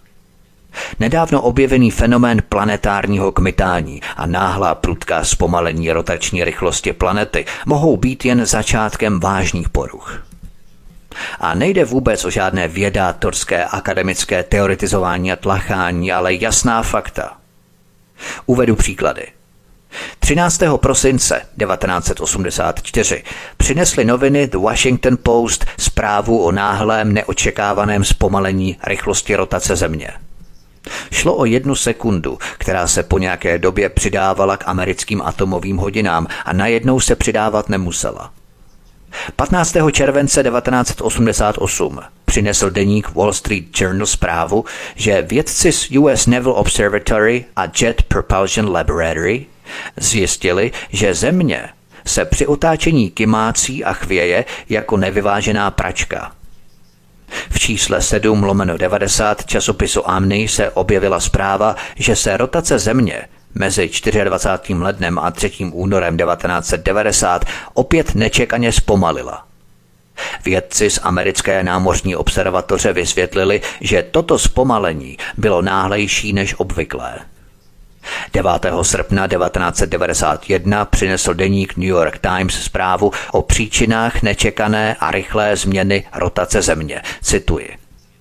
Nedávno objevený fenomén planetárního kmitání a náhlá prudká zpomalení rotační rychlosti planety mohou být jen začátkem vážných poruch. A nejde vůbec o žádné vědátorské akademické teoretizování a tlachání, ale jasná fakta. Uvedu příklady. třináctého prosince devatenáct set osmdesát čtyři přinesly noviny The Washington Post zprávu o náhlém neočekávaném zpomalení rychlosti rotace Země. Šlo o jednu sekundu, která se po nějaké době přidávala k americkým atomovým hodinám a najednou se přidávat nemusela. patnáctého července devatenáct set osmdesát osm přinesl deník Wall Street Journal zprávu, že vědci z U S Naval Observatory a Jet Propulsion Laboratory zjistili, že Země se při otáčení kymácí a chvěje jako nevyvážená pračka. V čísle sedm lomeno devadesát časopisu Omni se objevila zpráva, že se rotace Země mezi dvacátým čtvrtým lednem a třetím únorem devatenáct set devadesát opět nečekaně zpomalila. Vědci z americké námořní observatoře vysvětlili, že toto zpomalení bylo náhlejší než obvyklé. devátého srpna devatenáct set devadesát jedna přinesl deník New York Times zprávu o příčinách nečekané a rychlé změny rotace Země. Cituji.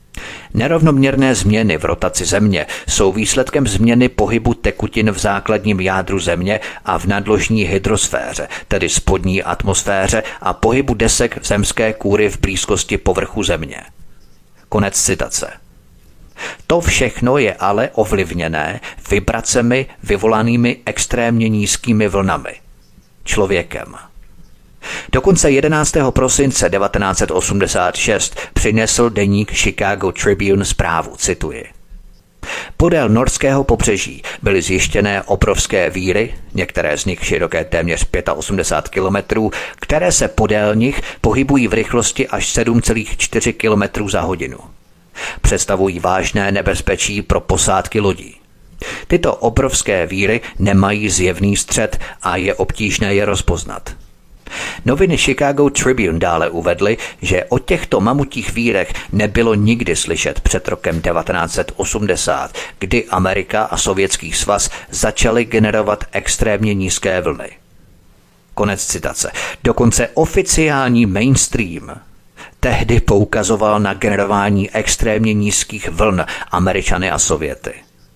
Nerovnoměrné změny v rotaci Země jsou výsledkem změny pohybu tekutin v základním jádru Země a v nadložní hydrosféře, tedy spodní atmosféře, a pohybu desek zemské kůry v blízkosti povrchu Země. Konec citace. To všechno je ale ovlivněné vibracemi vyvolanými extrémně nízkými vlnami. Člověkem. Dokonce jedenáctého prosince devatenáct set osmdesát šest přinesl deník Chicago Tribune zprávu, cituji. Podél norského pobřeží byly zjištěné obrovské víry, některé z nich široké téměř osmdesát pět kilometrů, které se podél nich pohybují v rychlosti až sedm celá čtyři kilometru za hodinu. Představují vážné nebezpečí pro posádky lodí. Tyto obrovské víry nemají zjevný střed a je obtížné je rozpoznat. Noviny Chicago Tribune dále uvedly, že o těchto mamutích vírech nebylo nikdy slyšet před rokem devatenáct set osmdesát, kdy Amerika a Sovětský svaz začaly generovat extrémně nízké vlny. Konec citace. Dokonce oficiální mainstream tehdy poukazoval na generování extrémně nízkých vln Američany a Sověty.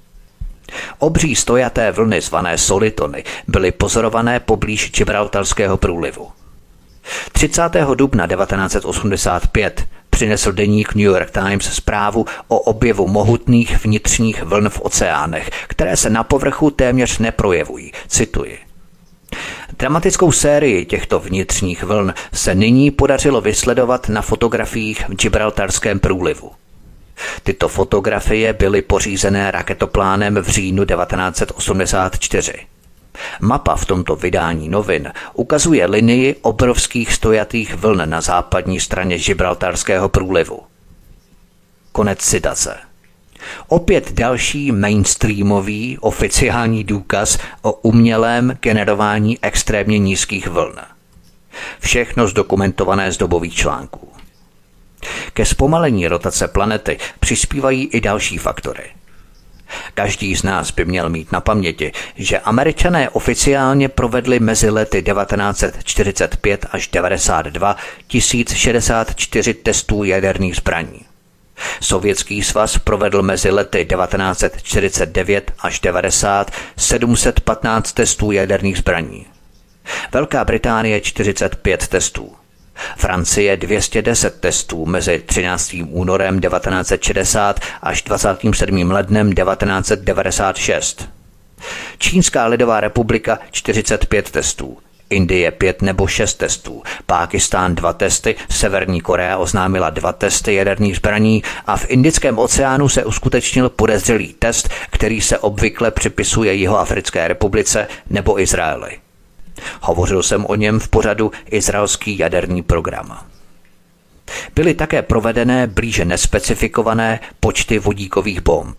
Obří stojaté vlny zvané solitony byly pozorované poblíž Gibraltarského průlivu. třicátého dubna devatenáct set osmdesát pět přinesl deník New York Times zprávu o objevu mohutných vnitřních vln v oceánech, které se na povrchu téměř neprojevují. Cituji. Dramatickou sérii těchto vnitřních vln se nyní podařilo vysledovat na fotografiích v Gibraltarském průlivu. Tyto fotografie byly pořízené raketoplánem v říjnu devatenáct set osmdesát čtyři. Mapa v tomto vydání novin ukazuje linii obrovských stojatých vln na západní straně Gibraltarského průlivu. Konec citace. Opět další mainstreamový oficiální důkaz o umělém generování extrémně nízkých vln. Všechno zdokumentované z dobových článků. Ke zpomalení rotace planety přispívají i další faktory. Každý z nás by měl mít na paměti, že Američané oficiálně provedli mezi lety devatenáct set čtyřicet pět až devadesát dva tisíc šedesát čtyři testů jaderných zbraní. Sovětský svaz provedl mezi lety devatenáct set čtyřicet devět až devadesát sedm set patnáct testů jaderných zbraní. Velká Británie čtyřicet pět testů. Francie dvě stě deset testů mezi třináctým únorem devatenáct set šedesát až dvacátým sedmým lednem devatenáct set devadesát šest. Čínská lidová republika čtyřicet pět testů. Indie pět nebo šest testů, Pákistán dva testy, Severní Korea oznámila dva testy jaderných zbraní a v Indickém oceánu se uskutečnil podezřelý test, který se obvykle připisuje Jihoafrické republice nebo Izraeli. Hovořil jsem o něm v pořadu Izraelský jaderný program. Byly také provedené blíže nespecifikované počty vodíkových bomb.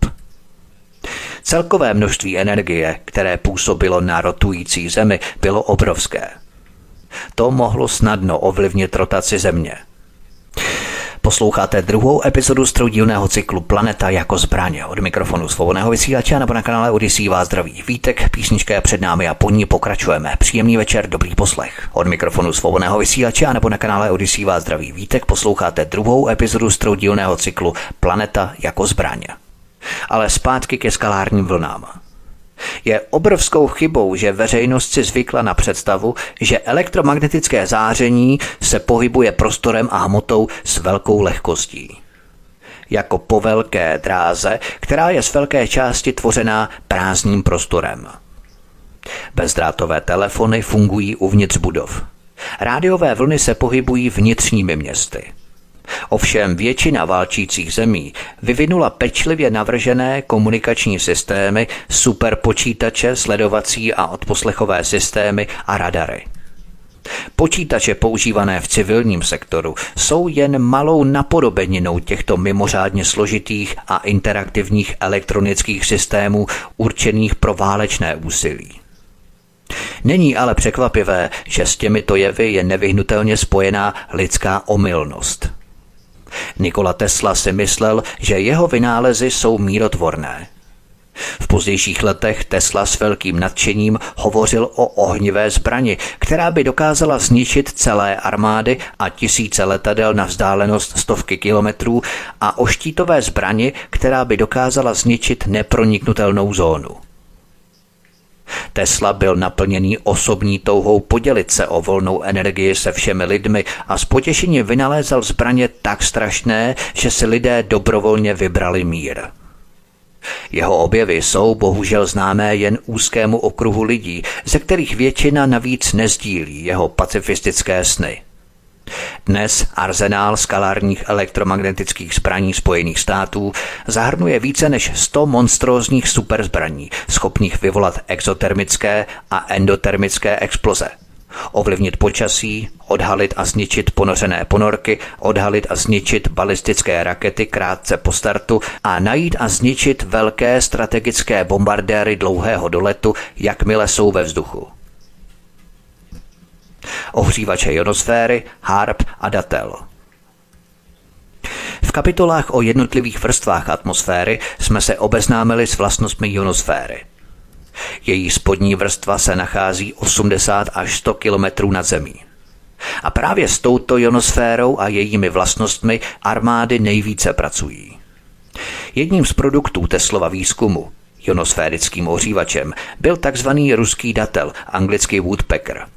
Celkové množství energie, které působilo na rotující Zemi, bylo obrovské. To mohlo snadno ovlivnit rotaci Země. Posloucháte druhou epizodu z troudílného cyklu Planeta jako zbraň. Od mikrofonu svobodného vysílače nebo na kanále Odyssey vás zdraví Vítek, písnička je před námi a po ní pokračujeme. Příjemný večer, dobrý poslech. Od mikrofonu svobodného vysílače nebo na kanále Odyssey vás zdraví Vítek, posloucháte druhou epizodu z troudílného cyklu Planeta jako zbraň. Ale zpátky ke skalárním vlnám. Je obrovskou chybou, že veřejnost si zvykla na představu, že elektromagnetické záření se pohybuje prostorem a hmotou s velkou lehkostí. Jako po velké dráze, která je z velké části tvořená prázdným prostorem. Bezdrátové telefony fungují uvnitř budov. Rádiové vlny se pohybují vnitřními městy. Ovšem většina válčících zemí vyvinula pečlivě navržené komunikační systémy, superpočítače, sledovací a odposlechové systémy a radary. Počítače používané v civilním sektoru jsou jen malou napodobeninou těchto mimořádně složitých a interaktivních elektronických systémů určených pro válečné úsilí. Není ale překvapivé, že s těmito jevy je nevyhnutelně spojená lidská omylnost. Nikola Tesla si myslel, že jeho vynálezy jsou mírotvorné. V pozdějších letech Tesla s velkým nadšením hovořil o ohnivé zbrani, která by dokázala zničit celé armády a tisíce letadel na vzdálenost stovky kilometrů a o štítové zbrani, která by dokázala zničit neproniknutelnou zónu. Tesla byl naplněný osobní touhou podělit se o volnou energii se všemi lidmi a s potěšením vynalézal zbraně tak strašné, že si lidé dobrovolně vybrali mír. Jeho objevy jsou bohužel známé jen úzkému okruhu lidí, ze kterých většina navíc nezdílí jeho pacifistické sny. Dnes arzenál skalárních elektromagnetických zbraní Spojených států zahrnuje více než sto monstrózních superzbraní, schopných vyvolat exotermické a endotermické exploze, ovlivnit počasí, odhalit a zničit ponořené ponorky, odhalit a zničit balistické rakety krátce po startu a najít a zničit velké strategické bombardéry dlouhého doletu, jakmile jsou ve vzduchu. Ohřívače ionosféry, HAARP a datel. V kapitolách o jednotlivých vrstvách atmosféry jsme se obeznámili s vlastnostmi ionosféry. Její spodní vrstva se nachází osmdesát až sto kilometrů nad zemí. A právě s touto ionosférou a jejími vlastnostmi armády nejvíce pracují. Jedním z produktů Teslova výzkumu, ionosférickým ohřívačem, byl takzvaný ruský datel, anglicky woodpecker.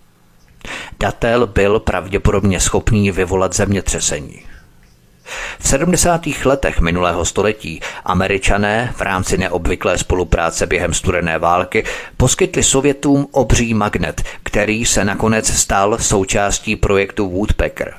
Datel byl pravděpodobně schopný vyvolat zemětřesení. V sedmdesátých letech minulého století Američané v rámci neobvyklé spolupráce během studené války poskytli Sovětům obří magnet, který se nakonec stal součástí projektu Woodpecker.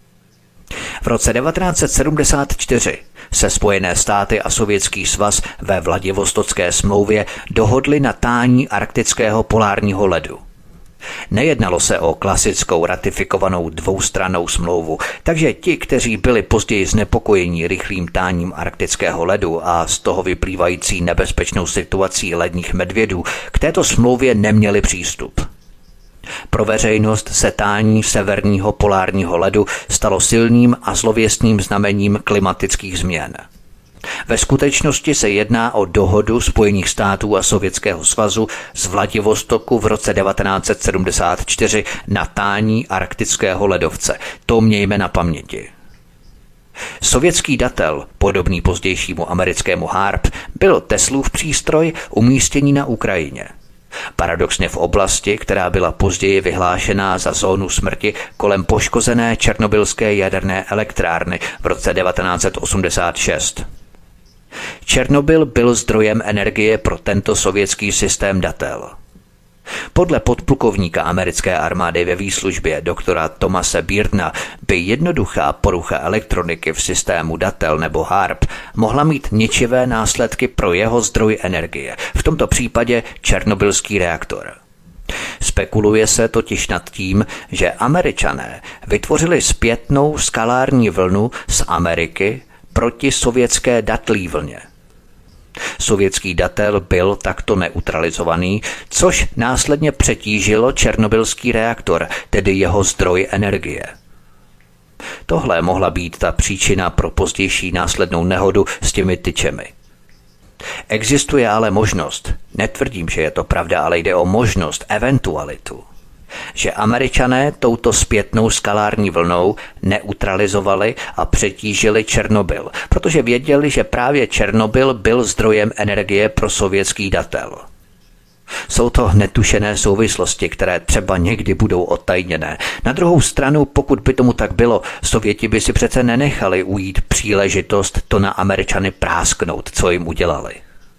V roce devatenáct set sedmdesát čtyři se Spojené státy a Sovětský svaz ve Vladivostocké smlouvě dohodli na tání arktického polárního ledu. Nejednalo se o klasickou ratifikovanou dvoustrannou smlouvu, takže ti, kteří byli později znepokojeni rychlým táním arktického ledu a z toho vyplývající nebezpečnou situací ledních medvědů, k této smlouvě neměli přístup. Pro veřejnost se tání severního polárního ledu stalo silným a zlověstným znamením klimatických změn. Ve skutečnosti se jedná o dohodu Spojených států a Sovětského svazu z Vladivostoku v roce devatenáct set sedmdesát čtyři na tání arktického ledovce. To mějme na paměti. Sovětský datel, podobný pozdějšímu americkému HAARP, byl Teslův přístroj umístěný na Ukrajině. Paradoxně v oblasti, která byla později vyhlášená za zónu smrti kolem poškozené černobylské jaderné elektrárny v roce devatenáct set osmdesát šest. Černobyl byl zdrojem energie pro tento sovětský systém datel. Podle podplukovníka americké armády ve výslužbě doktora Thomase Beardna by jednoduchá porucha elektroniky v systému datel nebo HAARP mohla mít ničivé následky pro jeho zdroj energie, v tomto případě černobylský reaktor. Spekuluje se totiž nad tím, že Američané vytvořili zpětnou skalární vlnu z Ameriky proti sovětské datlí vlně. Sovětský datel byl takto neutralizovaný, což následně přetížilo černobylský reaktor, tedy jeho zdroj energie. Tohle mohla být ta příčina pro pozdější následnou nehodu s těmi tyčemi. Existuje ale možnost, netvrdím, že je to pravda, ale jde o možnost, eventualitu, že Američané touto zpětnou skalární vlnou neutralizovali a přetížili Černobyl, protože věděli, že právě Černobyl byl zdrojem energie pro sovětský datel. Jsou to netušené souvislosti, které třeba někdy budou odtajněné. Na druhou stranu, pokud by tomu tak bylo, Sověti by si přece nenechali ujít příležitost to na Američany prásknout, co jim udělali.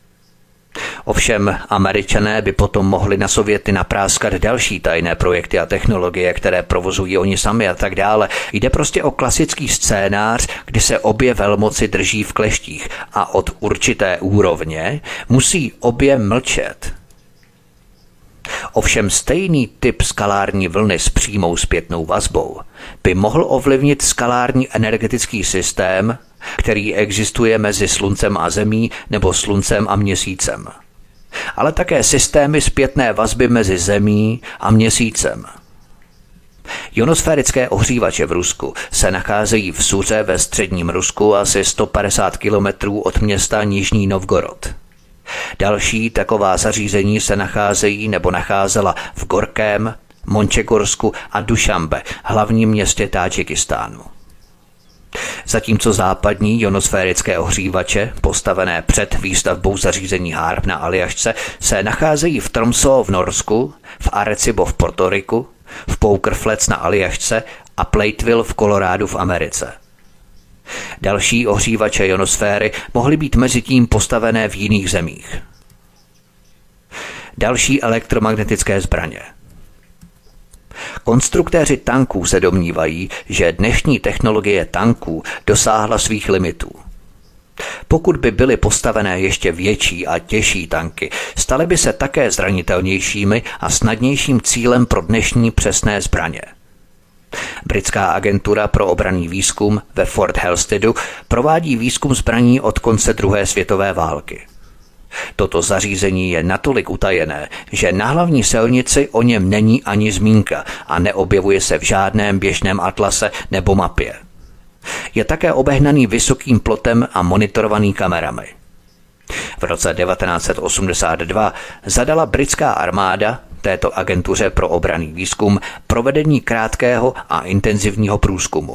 Ovšem, Američané by potom mohli na Sověty napráskat další tajné projekty a technologie, které provozují oni sami a tak dále. Jde prostě o klasický scénář, kdy se obě velmoci drží v kleštích a od určité úrovně musí obě mlčet. Ovšem stejný typ skalární vlny s přímou zpětnou vazbou by mohl ovlivnit skalární energetický systém, který existuje mezi Sluncem a Zemí nebo Sluncem a Měsícem. Ale také systémy zpětné vazby mezi Zemí a Měsícem. Ionosférické ohřívače v Rusku se nacházejí v Suře ve středním Rusku asi sto padesát kilometrů od města Nižní Novgorod. Další taková zařízení se nacházejí nebo nacházela v Gorkém, Mončegorsku a Dušanbe, hlavním městě Tádžikistánu. Zatímco západní ionosférické ohřívače, postavené před výstavbou zařízení HAARP na Aljašce, se nacházejí v Tromsø v Norsku, v Arecibo v Portoriku, v Poker Flats na Aljašce a Plateville v Kolorádu v Americe. Další ohřívače ionosféry mohly být mezitím postavené v jiných zemích. Další elektromagnetické zbraně. Konstruktéři tanků se domnívají, že dnešní technologie tanků dosáhla svých limitů. Pokud by byly postavené ještě větší a těžší tanky, staly by se také zranitelnějšími a snadnějším cílem pro dnešní přesné zbraně. Britská agentura pro obranný výzkum ve Fort Hallsteadu provádí výzkum zbraní od konce druhé světové války. Toto zařízení je natolik utajené, že na hlavní silnici o něm není ani zmínka a neobjevuje se v žádném běžném atlase nebo mapě. Je také obehnaný vysokým plotem a monitorovaný kamerami. V roce devatenáct set osmdesát dva zadala britská armáda této agentuře pro obranný výzkum provedení krátkého a intenzivního průzkumu.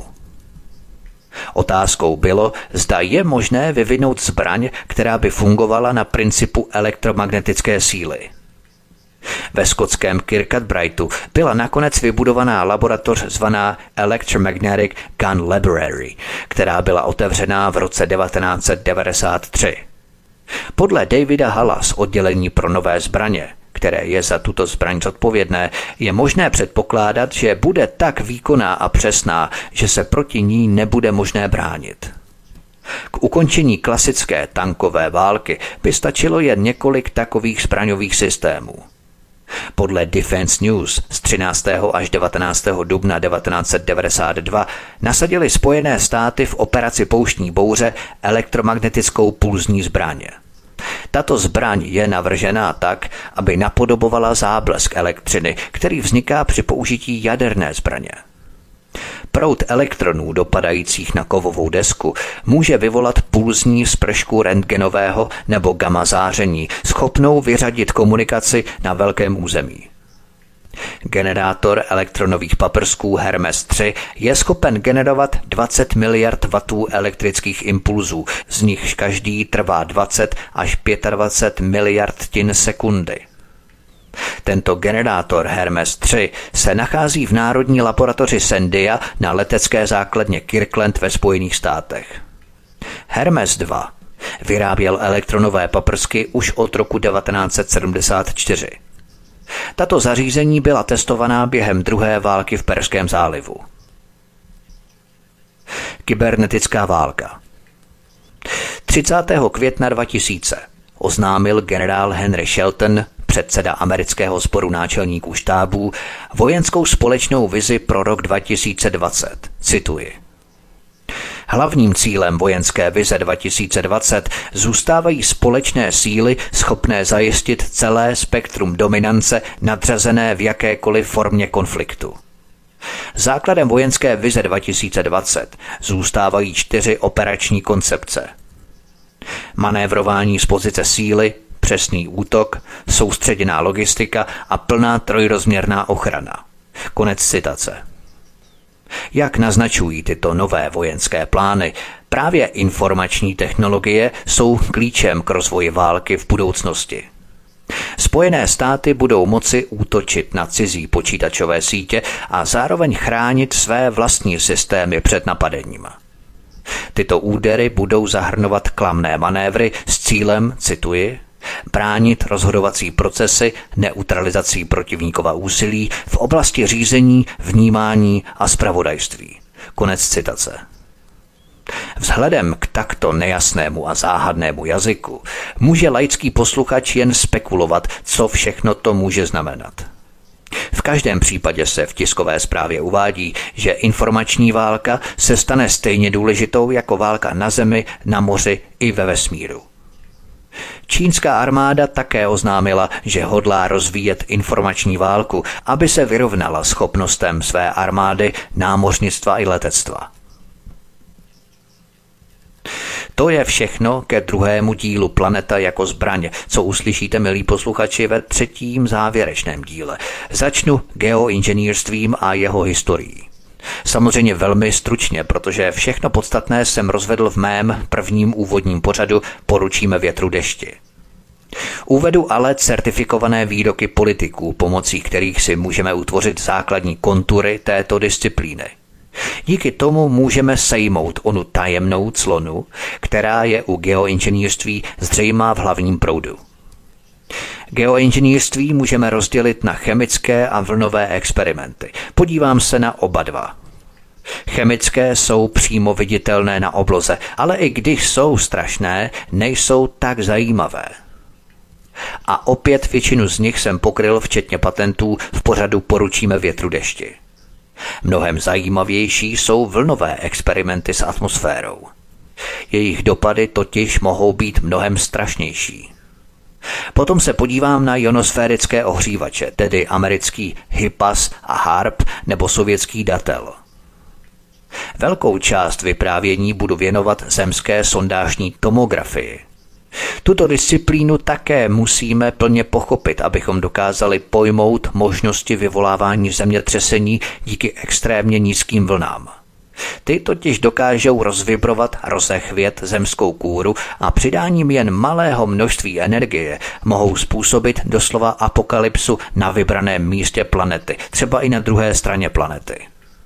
Otázkou bylo, zda je možné vyvinout zbraň, která by fungovala na principu elektromagnetické síly. Ve skotském Kirkcudbrightu byla nakonec vybudovaná laboratoř zvaná Electromagnetic Gun Library, která byla otevřená v roce devatenáct set devadesát tři. Podle Davida Halla z oddělení pro nové zbraně, které je za tuto zbraň zodpovědné, je možné předpokládat, že bude tak výkonná a přesná, že se proti ní nebude možné bránit. K ukončení klasické tankové války by stačilo jen několik takových zbraňových systémů. Podle Defense News z třináctého až devatenáctého dubna devatenáct set devadesát dva nasadily Spojené státy v operaci Pouštní bouře elektromagnetickou pulzní zbraň. Tato zbraň je navržená tak, aby napodobovala záblesk elektřiny, který vzniká při použití jaderné zbraně. Proud elektronů dopadajících na kovovou desku může vyvolat pulzní spršku rentgenového nebo gamma záření, schopnou vyřadit komunikaci na velkém území. Generátor elektronových paprsků Hermes tři je schopen generovat dvacet miliard wattů elektrických impulzů, z nichž každý trvá dvacet až dvacet pět miliard tin sekundy. Tento generátor Hermes tři se nachází v Národní laboratoři Sandia na letecké základně Kirkland ve Spojených státech. Hermes dva vyráběl elektronové paprsky už od roku devatenáct set sedmdesát čtyři. Tato zařízení byla testovaná během druhé války v Perském zálivu. Kybernetická válka. třicátého května dva tisíce oznámil generál Henry Shelton, předseda amerického sboru náčelníků štábů, vojenskou společnou vizi pro rok dva tisíce dvacet. Cituji. Hlavním cílem vojenské vize dva tisíce dvacet zůstávají společné síly schopné zajistit celé spektrum dominance nadřazené v jakékoliv formě konfliktu. Základem vojenské vize dva tisíce dvacet zůstávají čtyři operační koncepce. Manévrování z pozice síly, přesný útok, soustředěná logistika a plná trojrozměrná ochrana. Konec citace. Jak naznačují tyto nové vojenské plány, právě informační technologie jsou klíčem k rozvoji války v budoucnosti. Spojené státy budou moci útočit na cizí počítačové sítě a zároveň chránit své vlastní systémy před napadením. Tyto údery budou zahrnovat klamné manévry s cílem, cituji, bránit rozhodovací procesy, neutralizací protivníkova úsilí v oblasti řízení, vnímání a zpravodajství. Konec citace. Vzhledem k takto nejasnému a záhadnému jazyku může laický posluchač jen spekulovat, co všechno to může znamenat. V každém případě se v tiskové zprávě uvádí, že informační válka se stane stejně důležitou jako válka na zemi, na moři i ve vesmíru. Čínská armáda také oznámila, že hodlá rozvíjet informační válku, aby se vyrovnala schopnostem své armády, námořnictva i letectva. To je všechno ke druhému dílu Planeta jako zbraň, co uslyšíte, milí posluchači, ve třetím závěrečném díle. Začnu geoinženýrstvím a jeho historií. Samozřejmě velmi stručně, protože všechno podstatné jsem rozvedl v mém prvním úvodním pořadu Poručíme větru dešti. Uvedu ale certifikované výroky politiků, pomocí kterých si můžeme utvořit základní kontury této disciplíny. Díky tomu můžeme sejmout onu tajemnou clonu, která je u geoinženýrství zřejmá v hlavním proudu. Geoinženýrství můžeme rozdělit na chemické a vlnové experimenty. Podívám se na oba dva. Chemické jsou přímo viditelné na obloze, ale i když jsou strašné, nejsou tak zajímavé. A opět většinu z nich jsem pokryl včetně patentů v pořadu Poručíme větru dešti. Mnohem zajímavější jsou vlnové experimenty s atmosférou. Jejich dopady totiž mohou být mnohem strašnější. Potom se podívám na ionosférické ohřívače, tedy americký HIPAS a HARP nebo sovětský Datel. Velkou část vyprávění budu věnovat zemské sondážní tomografii. Tuto disciplínu také musíme plně pochopit, abychom dokázali pojmout možnosti vyvolávání zemětřesení díky extrémně nízkým vlnám. Ty totiž dokážou rozvibrovat, rozechvět zemskou kůru a přidáním jen malého množství energie mohou způsobit doslova apokalypsu na vybraném místě planety, třeba i na druhé straně planety.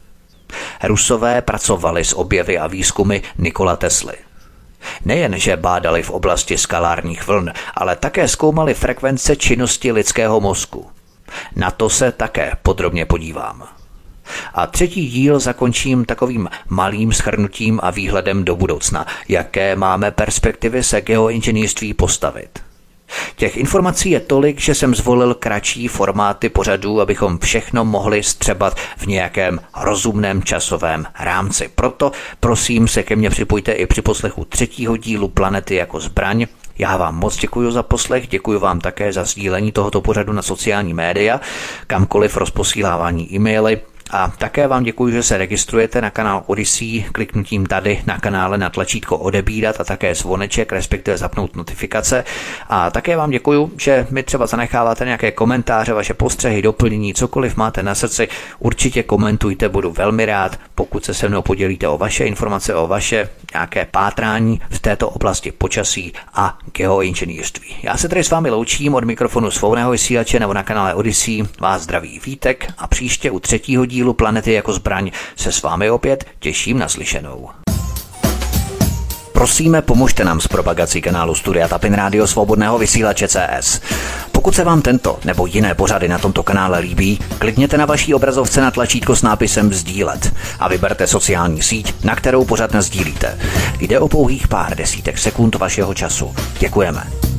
Rusové pracovali s objevy a výzkumy Nikola Tesly. Nejen, že bádali v oblasti skalárních vln, ale také zkoumali frekvence činnosti lidského mozku. Na to se také podrobně podívám. A třetí díl zakončím takovým malým shrnutím a výhledem do budoucna, jaké máme perspektivy se geoinženýrství postavit. Těch informací je tolik, že jsem zvolil kratší formáty pořadů, abychom všechno mohli střebat v nějakém rozumném časovém rámci. Proto prosím se ke mně připojte i při poslechu třetího dílu Planety jako zbraň. Já vám moc děkuji za poslech, děkuji vám také za sdílení tohoto pořadu na sociální média, kamkoliv rozposílávání e-maily. A také vám děkuji, že se registrujete na kanál Odyssey kliknutím tady na kanále na tlačítko odebírat a také zvoneček, respektive zapnout notifikace. A také vám děkuji, že mi třeba zanecháváte nějaké komentáře, vaše postřehy, doplnění, cokoliv máte na srdci. Určitě komentujte, budu velmi rád, pokud se se mnou podělíte o vaše informace, o vaše nějaké pátrání v této oblasti počasí a geoinženýrství. Já se tady s vámi loučím od mikrofonu svobodného vysílače nebo na kanále Odyssey. Vás zdraví Vítek a příště u třetího dílu Planety jako zbraň se s vámi opět těším na slyšenou. Prosíme, pomožte nám s propagací kanálu Studia Tapin Rádio Svobodného vysílače C S. Pokud se vám tento nebo jiné pořady na tomto kanále líbí, klikněte na vaší obrazovce na tlačítko s nápisem sdílet a vyberte sociální síť, na kterou pořad nasdílíte. Jde o pouhých pár desítek sekund vašeho času. Děkujeme.